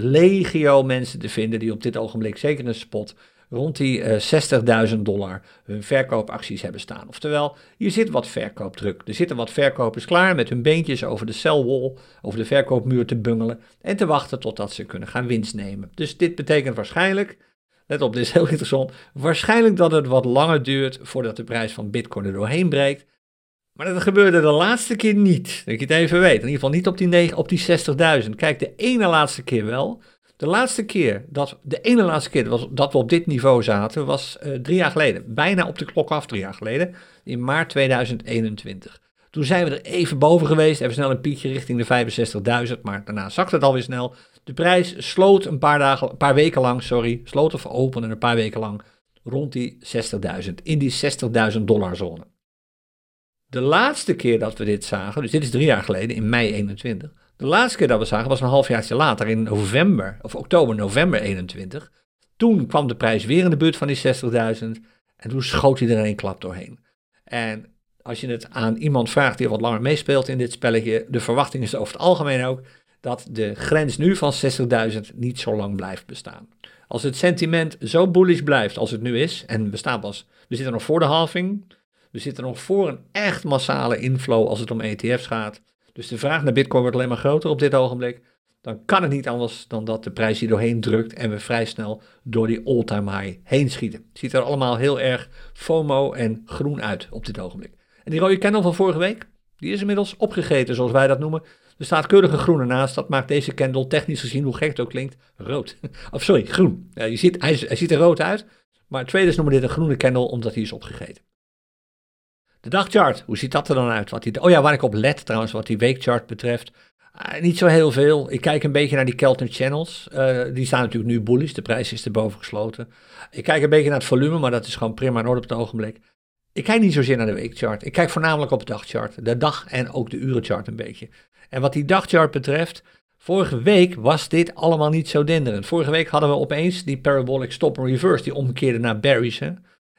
legio mensen te vinden die op dit ogenblik, zeker een spot, rond die uh, zestigduizend dollar hun verkoopacties hebben staan. Oftewel, hier zit wat verkoopdruk. Er zitten wat verkopers klaar met hun beentjes over de sell wall, over de verkoopmuur te bungelen en te wachten totdat ze kunnen gaan winst nemen. Dus dit betekent waarschijnlijk, let op, dit is heel interessant, waarschijnlijk dat het wat langer duurt voordat de prijs van Bitcoin er doorheen breekt. Maar dat gebeurde de laatste keer niet, dat je het even weet. In ieder geval niet op die, op die zestigduizend. Kijk, de ene laatste keer wel. De laatste keer, dat, de ene laatste keer dat, dat we op dit niveau zaten, was uh, drie jaar geleden. Bijna op de klok af, drie jaar geleden, in maart tweeduizend eenentwintig. Toen zijn we er even boven geweest, even snel een piekje richting de vijfenzestigduizend, maar daarna zakte het alweer snel. De prijs sloot een paar, dagen, een paar weken lang, sorry, sloot of opende een paar weken lang rond die zestigduizend, in die zestigduizend dollar zone. De laatste keer dat we dit zagen, dus dit is drie jaar geleden, in mei eenentwintig. De laatste keer dat we zagen was een halfjaartje later, in november, of oktober, november eenentwintig. Toen kwam de prijs weer in de buurt van die zestigduizend en toen schoot hij er een klap doorheen. En als je het aan iemand vraagt die wat langer meespeelt in dit spelletje, de verwachting is over het algemeen ook dat de grens nu van zestigduizend niet zo lang blijft bestaan. Als het sentiment zo bullish blijft als het nu is, en we staan pas, we zitten nog voor de halving, we zitten nog voor een echt massale inflow als het om E T F's gaat. Dus de vraag naar Bitcoin wordt alleen maar groter op dit ogenblik. Dan kan het niet anders dan dat de prijs hier doorheen drukt en we vrij snel door die all-time high heen schieten. Het ziet er allemaal heel erg FOMO en groen uit op dit ogenblik. En die rode candle van vorige week, die is inmiddels opgegeten zoals wij dat noemen. Er staat keurige groen ernaast. Dat maakt deze candle technisch gezien, hoe gek het ook klinkt, rood. Of sorry, groen. Ja, je ziet, hij, hij ziet er rood uit, maar traders noemen dit een groene candle omdat hij is opgegeten. De dagchart, hoe ziet dat er dan uit? Wat die, oh ja, waar ik op let trouwens, wat die weekchart betreft. Uh, niet zo heel veel. Ik kijk een beetje naar die Keltner channels. Uh, die staan natuurlijk nu bullish, de prijs is erboven gesloten. Ik kijk een beetje naar het volume, maar dat is gewoon prima in orde op het ogenblik. Ik kijk niet zozeer naar de weekchart. Ik kijk voornamelijk op de dagchart. De dag- en ook de urenchart een beetje. En wat die dagchart betreft, vorige week was dit allemaal niet zo denderend. Vorige week hadden we opeens die parabolic stop and reverse, die omkeerde naar bearish. Hè?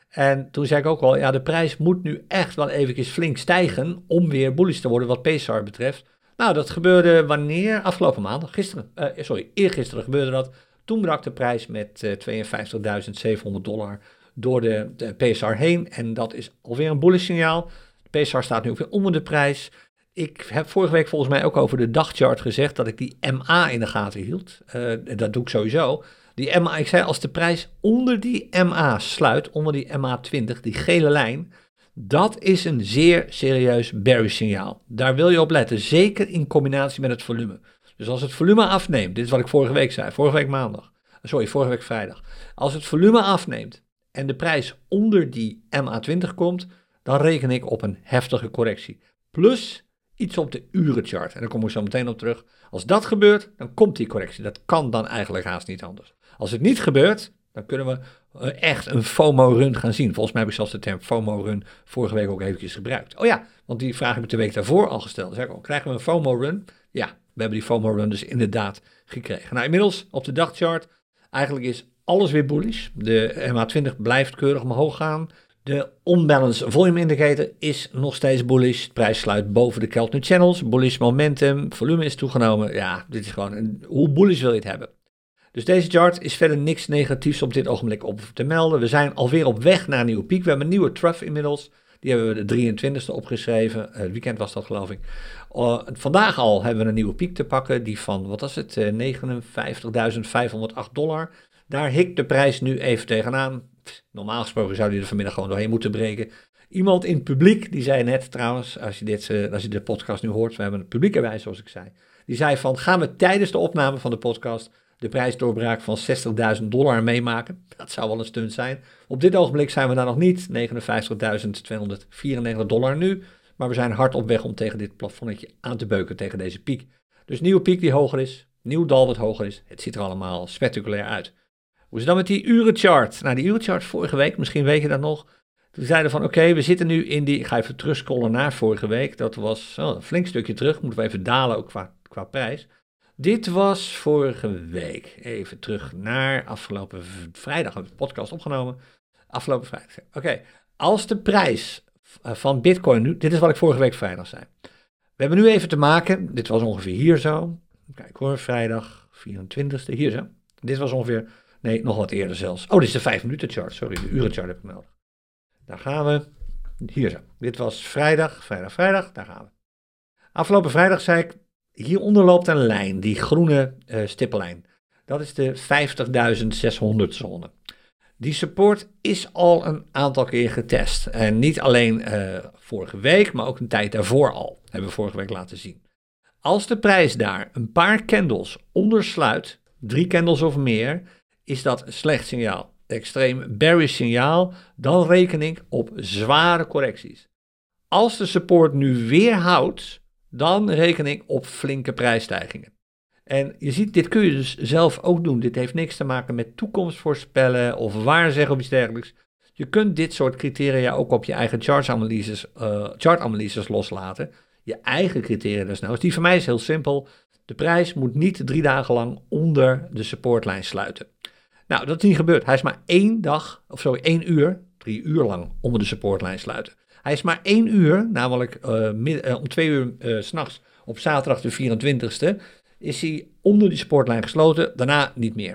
En toen zei ik ook al, ja, de prijs moet nu echt wel eventjes flink stijgen om weer bullish te worden wat Paysar betreft. Nou, dat gebeurde wanneer? Afgelopen maandag, gisteren, uh, sorry, eergisteren gebeurde dat. Toen brak de prijs met uh, tweeënvijftigduizend zevenhonderd dollar door de, de Paysar heen. En dat is alweer een bullish signaal. Paysar staat nu ook weer onder de prijs. Ik heb vorige week volgens mij ook over de dagchart gezegd dat ik die M A in de gaten hield. Uh, dat doe ik sowieso. Die M A, ik zei als de prijs onder die M A sluit, onder die M A twintig, die gele lijn, dat is een zeer serieus bearish signaal. Daar wil je op letten, zeker in combinatie met het volume. Dus als het volume afneemt, dit is wat ik vorige week zei, vorige week maandag, sorry, vorige week vrijdag. Als het volume afneemt en de prijs onder die M A twintig komt, dan reken ik op een heftige correctie. Plus iets op de urenchart. En daar kom ik zo meteen op terug. Als dat gebeurt, dan komt die correctie. Dat kan dan eigenlijk haast niet anders. Als het niet gebeurt, dan kunnen we echt een FOMO-run gaan zien. Volgens mij heb ik zelfs de term FOMO-run vorige week ook eventjes gebruikt. Oh ja, want die vraag heb ik de week daarvoor al gesteld. Dan zei ik al, krijgen we een FOMO-run? Ja, we hebben die FOMO-run dus inderdaad gekregen. Nou, inmiddels op de dagchart, eigenlijk is alles weer bullish. De M A twintig blijft keurig omhoog gaan. De unbalanced volume indicator is nog steeds bullish. De prijs sluit boven de Keltner channels. Bullish momentum, volume is toegenomen. Ja, dit is gewoon, een, hoe bullish wil je het hebben? Dus deze chart is verder niks negatiefs op dit ogenblik op te melden. We zijn alweer op weg naar een nieuwe piek. We hebben een nieuwe trough inmiddels. Die hebben we de drieëntwintigste opgeschreven. Uh, het weekend was dat, geloof ik. Uh, vandaag al hebben we een nieuwe piek te pakken. Die van, wat was het, uh, negenenvijftigduizend vijfhonderdacht dollar. Daar hikt de prijs nu even tegenaan. Pff, normaal gesproken zou die er vanmiddag gewoon doorheen moeten breken. Iemand in het publiek, die zei net trouwens, als je, dit, uh, als je de podcast nu hoort, we hebben een publieke wijze zoals ik zei. Die zei van, gaan we tijdens de opname van de podcast de prijsdoorbraak van zestigduizend dollar meemaken? Dat zou wel een stunt zijn. Op dit ogenblik zijn we daar nog niet, negenenvijftigduizend tweehonderdvierennegentig dollar nu. Maar we zijn hard op weg om tegen dit plafonnetje aan te beuken, tegen deze piek. Dus nieuwe piek die hoger is, nieuw dal wat hoger is. Het ziet er allemaal spectaculair uit. Hoe is het dan met die urenchart? Nou, die urenchart vorige week, misschien weet je dat nog. Toen zeiden van, oké, okay, we zitten nu in die, ik ga even terugscrollen naar vorige week. Dat was oh, een flink stukje terug, moeten we even dalen ook qua, qua prijs. Dit was vorige week. Even terug naar afgelopen vrijdag, hebben we de podcast opgenomen. Afgelopen vrijdag. Oké, okay. Als de prijs van Bitcoin nu, dit is wat ik vorige week vrijdag zei. We hebben nu even te maken, dit was ongeveer hier zo. Kijk hoor, vrijdag vierentwintigste, hier zo. Dit was ongeveer, nee, nog wat eerder zelfs. Oh, dit is de vijf minuten chart, sorry, de urenchart heb ik nodig. Daar gaan we, hier zo. Dit was vrijdag, vrijdag, vrijdag, daar gaan we. Afgelopen vrijdag zei ik, hieronder loopt een lijn, die groene uh, stippenlijn. Dat is de vijftigduizend zeshonderd zone. Die support is al een aantal keer getest. En niet alleen uh, vorige week, maar ook een tijd daarvoor al. Hebben we vorige week laten zien. Als de prijs daar een paar candles ondersluit, drie candles of meer, is dat een slecht signaal. Extreem bearish signaal, dan reken ik op zware correcties. Als de support nu weer houdt, dan reken ik op flinke prijsstijgingen. En je ziet, dit kun je dus zelf ook doen. Dit heeft niks te maken met toekomst voorspellen of waarzeggen of iets dergelijks. Je kunt dit soort criteria ook op je eigen chartanalyses, uh, chartanalyses loslaten. Je eigen criteria dus nou. Dus die van mij is heel simpel. De prijs moet niet drie dagen lang onder de supportlijn sluiten. Nou, dat is niet gebeurd. Hij is maar één dag, of sorry, één uur, drie uur lang onder de supportlijn sluiten. Hij is maar één uur, namelijk uh, mid, uh, om twee uur uh, 's nachts op zaterdag de vierentwintigste, is hij onder die supportlijn gesloten, daarna niet meer.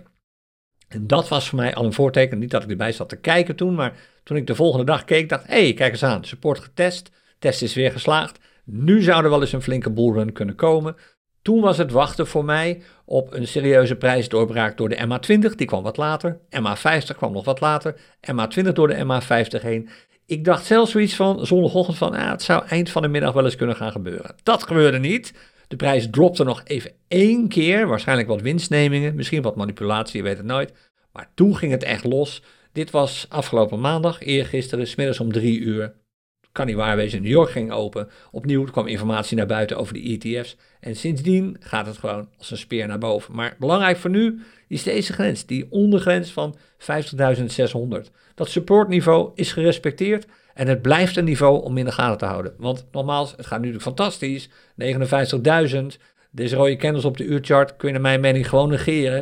En dat was voor mij al een voorteken, niet dat ik erbij zat te kijken toen, maar toen ik de volgende dag keek, dacht hé, hey, kijk eens aan, support getest, test is weer geslaagd, nu zou er wel eens een flinke bullrun kunnen komen. Toen was het wachten voor mij op een serieuze prijsdoorbraak door de M A twintig, die kwam wat later, M A vijftig kwam nog wat later, M A twintig door de M A vijftig heen. Ik dacht zelfs zoiets van zondagochtend van, ah, het zou eind van de middag wel eens kunnen gaan gebeuren. Dat gebeurde niet. De prijs dropte nog even één keer, waarschijnlijk wat winstnemingen, misschien wat manipulatie, je weet het nooit. Maar toen ging het echt los. Dit was afgelopen maandag, eergisteren, 's middags om drie uur. Kan niet waar wezen, New York ging open. Opnieuw kwam informatie naar buiten over de E T F's. En sindsdien gaat het gewoon als een speer naar boven. Maar belangrijk voor nu is deze grens, die ondergrens van vijftigduizend zeshonderd. Dat supportniveau is gerespecteerd. En het blijft een niveau om in de gaten te houden. Want nogmaals, het gaat nu fantastisch. negenenvijftigduizend. Deze rode candles op de uurchart kun je naar mijn mening gewoon negeren.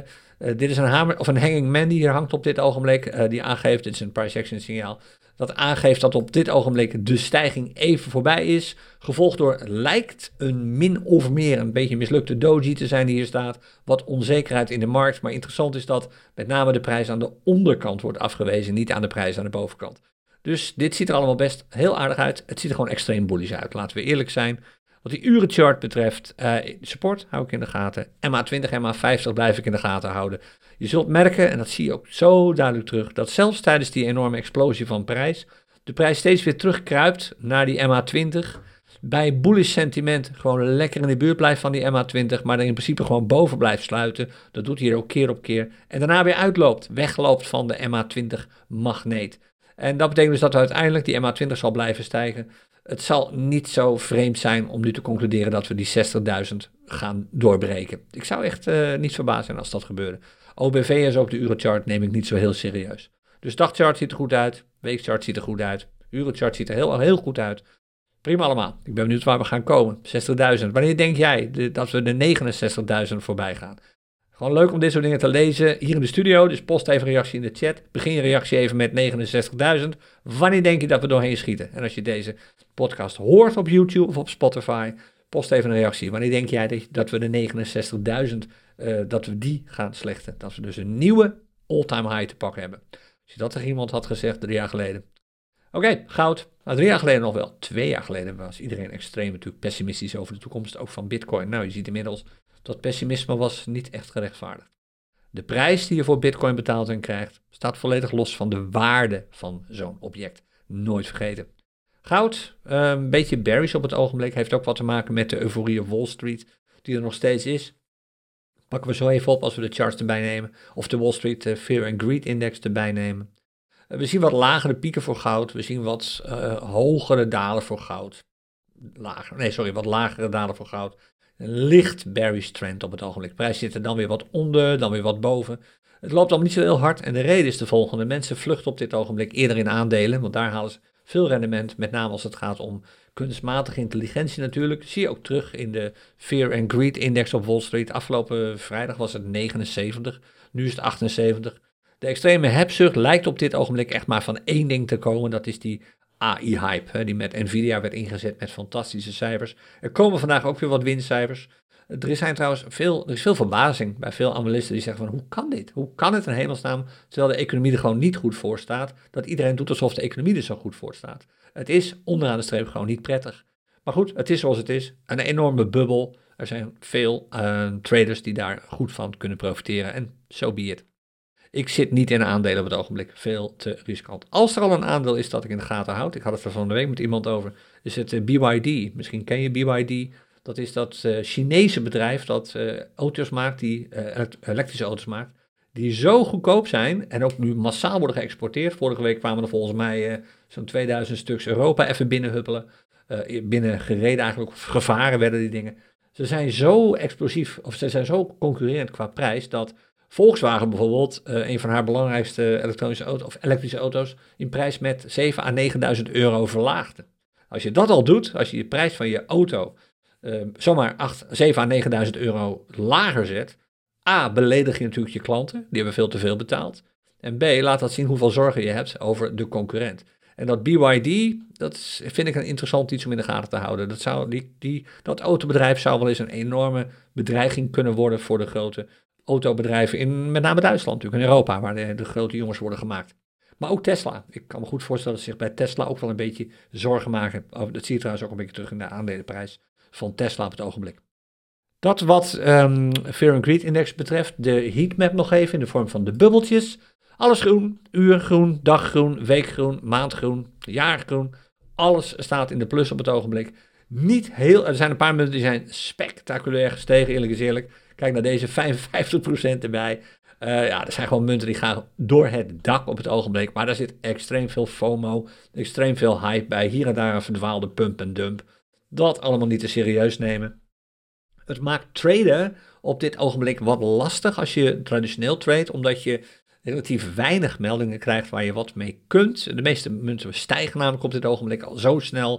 Uh, dit is een hamer of een hanging man die hier hangt op dit ogenblik, uh, die aangeeft, dit is een price action signaal, dat aangeeft dat op dit ogenblik de stijging even voorbij is, gevolgd door lijkt een min of meer een beetje mislukte doji te zijn die hier staat, wat onzekerheid in de markt, maar interessant is dat met name de prijs aan de onderkant wordt afgewezen, niet aan de prijs aan de bovenkant. Dus dit ziet er allemaal best heel aardig uit, het ziet er gewoon extreem bullish uit, laten we eerlijk zijn. Wat die urenchart betreft, uh, support hou ik in de gaten, M A twintig, M A vijftig blijf ik in de gaten houden. Je zult merken, en dat zie je ook zo duidelijk terug, dat zelfs tijdens die enorme explosie van prijs, de prijs steeds weer terugkruipt naar die M A twintig. Bij bullish sentiment gewoon lekker in de buurt blijft van die M A twintig, maar er in principe gewoon boven blijft sluiten. Dat doet hij hier ook keer op keer. En daarna weer uitloopt, wegloopt van de M A twintig magneet. En dat betekent dus dat uiteindelijk die M A twintig zal blijven stijgen. Het zal niet zo vreemd zijn om nu te concluderen dat we die zestigduizend gaan doorbreken. Ik zou echt uh, niet verbaasd zijn als dat gebeurde. O B V is ook de urenchart, neem ik niet zo heel serieus. Dus dagchart ziet er goed uit, weekchart ziet er goed uit, urenchart ziet er heel, heel goed uit. Prima allemaal. Ik ben benieuwd waar we gaan komen. zestigduizend. Wanneer denk jij de, dat we de negenenzestigduizend voorbij gaan? Gewoon leuk om dit soort dingen te lezen hier in de studio. Dus post even een reactie in de chat. Begin je reactie even met negenenzestigduizend. Wanneer denk je dat we doorheen schieten? En als je deze podcast hoort op YouTube of op Spotify, post even een reactie. Wanneer denk jij dat, dat we de negenenzestigduizend, uh, dat we die gaan slechten? Dat we dus een nieuwe all-time high te pakken hebben. Als je dat tegen iemand had gezegd drie jaar geleden. Oké, okay, goud. Nou, drie jaar geleden nog wel. Twee jaar geleden was iedereen extreem natuurlijk pessimistisch over de toekomst, ook van Bitcoin. Nou, je ziet inmiddels dat pessimisme was niet echt gerechtvaardigd. De prijs die je voor Bitcoin betaalt en krijgt, staat volledig los van de waarde van zo'n object. Nooit vergeten. Goud, uh, een beetje bearish op het ogenblik, heeft ook wat te maken met de euforie op Wall Street, die er nog steeds is. Pakken we zo even op als we de charts erbij nemen, of de Wall Street uh, Fear and Greed Index erbij nemen. Uh, we zien wat lagere pieken voor goud, we zien wat uh, hogere dalen voor goud. Lager, nee, sorry, wat lagere dalen voor goud. Een licht bearish trend op het ogenblik. De prijs zit er dan weer wat onder, dan weer wat boven. Het loopt allemaal niet zo heel hard en de reden is de volgende. Mensen vluchten op dit ogenblik eerder in aandelen, want daar halen ze veel rendement, met name als het gaat om kunstmatige intelligentie natuurlijk. Zie je ook terug in de Fear and Greed Index op Wall Street. Afgelopen vrijdag was het negenenzeventig, nu is het achtenzeventig. De extreme hebzucht lijkt op dit ogenblik echt maar van één ding te komen, dat is die A I-hype, die met Nvidia werd ingezet met fantastische cijfers. Er komen vandaag ook weer wat winstcijfers. Er zijn trouwens veel, er is veel verbazing bij veel analisten die zeggen van hoe kan dit? Hoe kan het in hemelsnaam, terwijl de economie er gewoon niet goed voor staat, dat iedereen doet alsof de economie er zo goed voor staat. Het is onderaan de streep gewoon niet prettig. Maar goed, het is zoals het is. Een enorme bubbel. Er zijn veel uh, traders die daar goed van kunnen profiteren en so be it. Ik zit niet in aandelen op het ogenblik, veel te riskant. Als er al een aandeel is dat ik in de gaten houd, ik had het er van de week met iemand over, is het uh, B Y D. Misschien ken je B Y D. Dat is dat uh, Chinese bedrijf dat uh, auto's maakt, die uh, elektrische auto's maakt, die zo goedkoop zijn en ook nu massaal worden geëxporteerd. Vorige week kwamen er volgens mij uh, zo'n tweeduizend stuks Europa even binnenhuppelen. Uh, binnen gereden eigenlijk, of gevaren werden die dingen. Ze zijn zo explosief, of ze zijn zo concurrerend qua prijs, dat Volkswagen bijvoorbeeld, uh, een van haar belangrijkste elektronische auto's, of elektrische auto's, in prijs met zeven à negenduizend euro verlaagde. Als je dat al doet, als je de prijs van je auto uh, zomaar acht, zeven à negenduizend euro lager zet, A, beledig je natuurlijk je klanten, die hebben veel te veel betaald. En B, laat dat zien hoeveel zorgen je hebt over de concurrent. En dat B Y D, dat vind ik een interessant iets om in de gaten te houden. Dat, zou, die, die, dat autobedrijf zou wel eens een enorme bedreiging kunnen worden voor de grote autobedrijven in met name Duitsland natuurlijk, in Europa, waar de, de grote jongens worden gemaakt. Maar ook Tesla. Ik kan me goed voorstellen dat ze zich bij Tesla ook wel een beetje zorgen maken. Dat zie je trouwens ook een beetje terug in de aandelenprijs van Tesla op het ogenblik. Dat wat um, Fear and Greed Index betreft, de heatmap nog even in de vorm van de bubbeltjes. Alles groen, uur groen, dag groen, week groen, maand groen, jaar groen. Alles staat in de plus op het ogenblik. Niet heel, er zijn een paar munten die zijn spectaculair gestegen, eerlijk is eerlijk. Kijk naar deze vijfenvijftig procent erbij. Uh, ja, er zijn gewoon munten die gaan door het dak op het ogenblik. Maar daar zit extreem veel FOMO, extreem veel hype bij. Hier en daar een verdwaalde pump en dump. Dat allemaal niet te serieus nemen. Het maakt traden op dit ogenblik wat lastig als je traditioneel trade, omdat je relatief weinig meldingen krijgt waar je wat mee kunt. De meeste munten stijgen namelijk op dit ogenblik al zo snel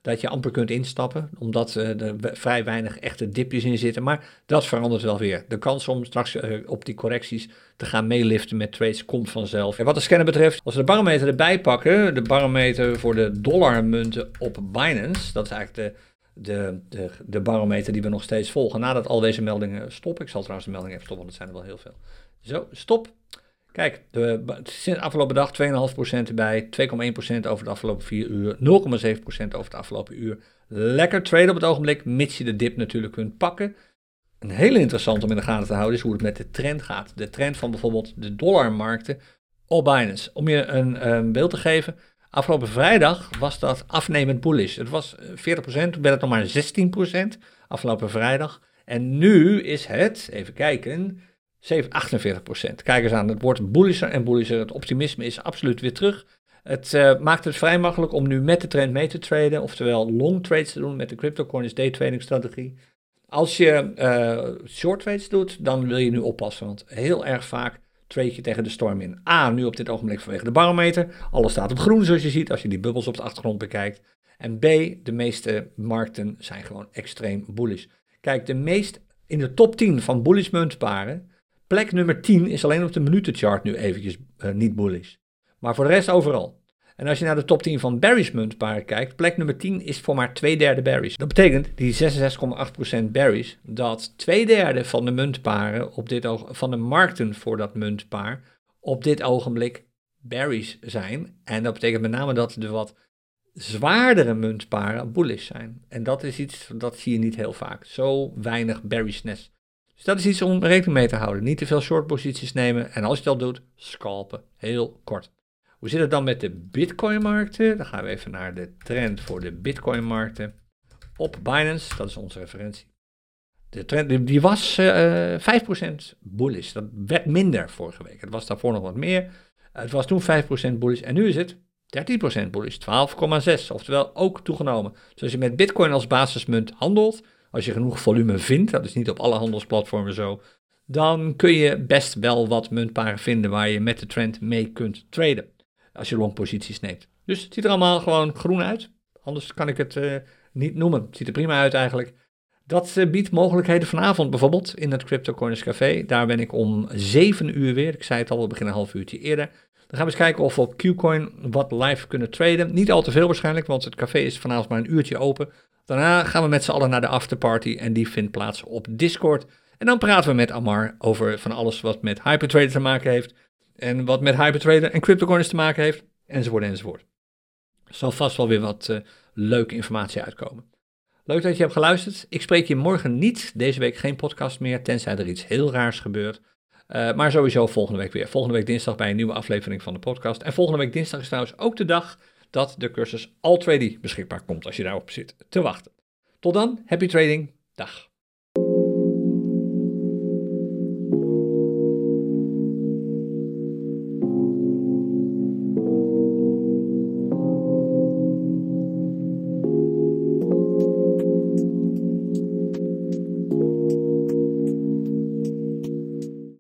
dat je amper kunt instappen, omdat uh, er vrij weinig echte dipjes in zitten. Maar dat verandert wel weer. De kans om straks uh, op die correcties te gaan meeliften met trades komt vanzelf. En wat de scanner betreft, als we de barometer erbij pakken, de barometer voor de dollarmunten op Binance, dat is eigenlijk de, de, de, de barometer die we nog steeds volgen, nadat al deze meldingen stoppen. Ik zal trouwens de meldingen even stoppen, want het zijn er wel heel veel. Zo, stop. Kijk, de, sinds de afgelopen dag twee komma vijf procent erbij, twee komma één procent over de afgelopen vier uur, nul komma zeven procent over de afgelopen uur. Lekker traden op het ogenblik, mits je de dip natuurlijk kunt pakken. Een hele interessante om in de gaten te houden is hoe het met de trend gaat. De trend van bijvoorbeeld de dollarmarkten op Binance. Om je een, een beeld te geven, afgelopen vrijdag was dat afnemend bullish. Het was veertig procent, toen werd het nog maar zestien procent afgelopen vrijdag. En nu is het, even kijken, achtenveertig procent. Kijk eens aan, het wordt bullisher en bullisher. Het optimisme is absoluut weer terug. Het uh, maakt het vrij makkelijk om nu met de trend mee te traden, oftewel long trades te doen met de CryptoCoins day trading strategie. Als je uh, short trades doet, dan wil je nu oppassen, want heel erg vaak trade je tegen de storm in. A, nu op dit ogenblik vanwege de barometer. Alles staat op groen zoals je ziet als je die bubbels op de achtergrond bekijkt. En B, de meeste markten zijn gewoon extreem bullish. Kijk, de meest in de top tien van bullish muntparen, plek nummer tien is alleen op de minutenchart nu eventjes uh, niet bullish. Maar voor de rest overal. En als je naar de top tien van bearish muntparen kijkt, plek nummer tien is voor maar twee derde bearish. Dat betekent, die zesenzestig komma acht procent bearish, dat twee derde van de muntparen op dit oog, van de markten voor dat muntpaar op dit ogenblik bearish zijn. En dat betekent met name dat de wat zwaardere muntparen bullish zijn. En dat is iets, dat zie je niet heel vaak. Zo weinig bearishness. Dus dat is iets om rekening mee te houden. Niet te veel short posities nemen. En als je dat doet, scalpen. Heel kort. Hoe zit het dan met de Bitcoin-markten? Dan gaan we even naar de trend voor de Bitcoin-markten. Op Binance, dat is onze referentie. De trend die was uh, vijf procent bullish. Dat werd minder vorige week. Het was daarvoor nog wat meer. Het was toen vijf procent bullish. En nu is het dertien procent bullish. twaalf komma zes. Oftewel ook toegenomen. Dus als je met Bitcoin als basismunt handelt, als je genoeg volume vindt, dat is niet op alle handelsplatformen zo, dan kun je best wel wat muntparen vinden waar je met de trend mee kunt traden. Als je long posities neemt. Dus het ziet er allemaal gewoon groen uit. Anders kan ik het uh, niet noemen. Het ziet er prima uit eigenlijk. Dat uh, biedt mogelijkheden vanavond bijvoorbeeld in het CryptoCoins Café. Daar ben ik om zeven uur weer. Ik zei het al, we beginnen een half uurtje eerder. Dan gaan we eens kijken of we op Qcoin wat live kunnen traden. Niet al te veel waarschijnlijk, want het café is vanavond maar een uurtje open. Daarna gaan we met z'n allen naar de afterparty en die vindt plaats op Discord. En dan praten we met Amar over van alles wat met hypertrader te maken heeft. En wat met hypertrader en cryptocoins te maken heeft. Enzovoort enzovoort. Er zal vast wel weer wat uh, leuke informatie uitkomen. Leuk dat je hebt geluisterd. Ik spreek je morgen niet. Deze week geen podcast meer, tenzij er iets heel raars gebeurt. Uh, maar sowieso volgende week weer. Volgende week dinsdag bij een nieuwe aflevering van de podcast. En volgende week dinsdag is trouwens ook de dag dat de cursus AllTrady beschikbaar komt. Als je daarop zit te wachten. Tot dan, happy trading. Dag.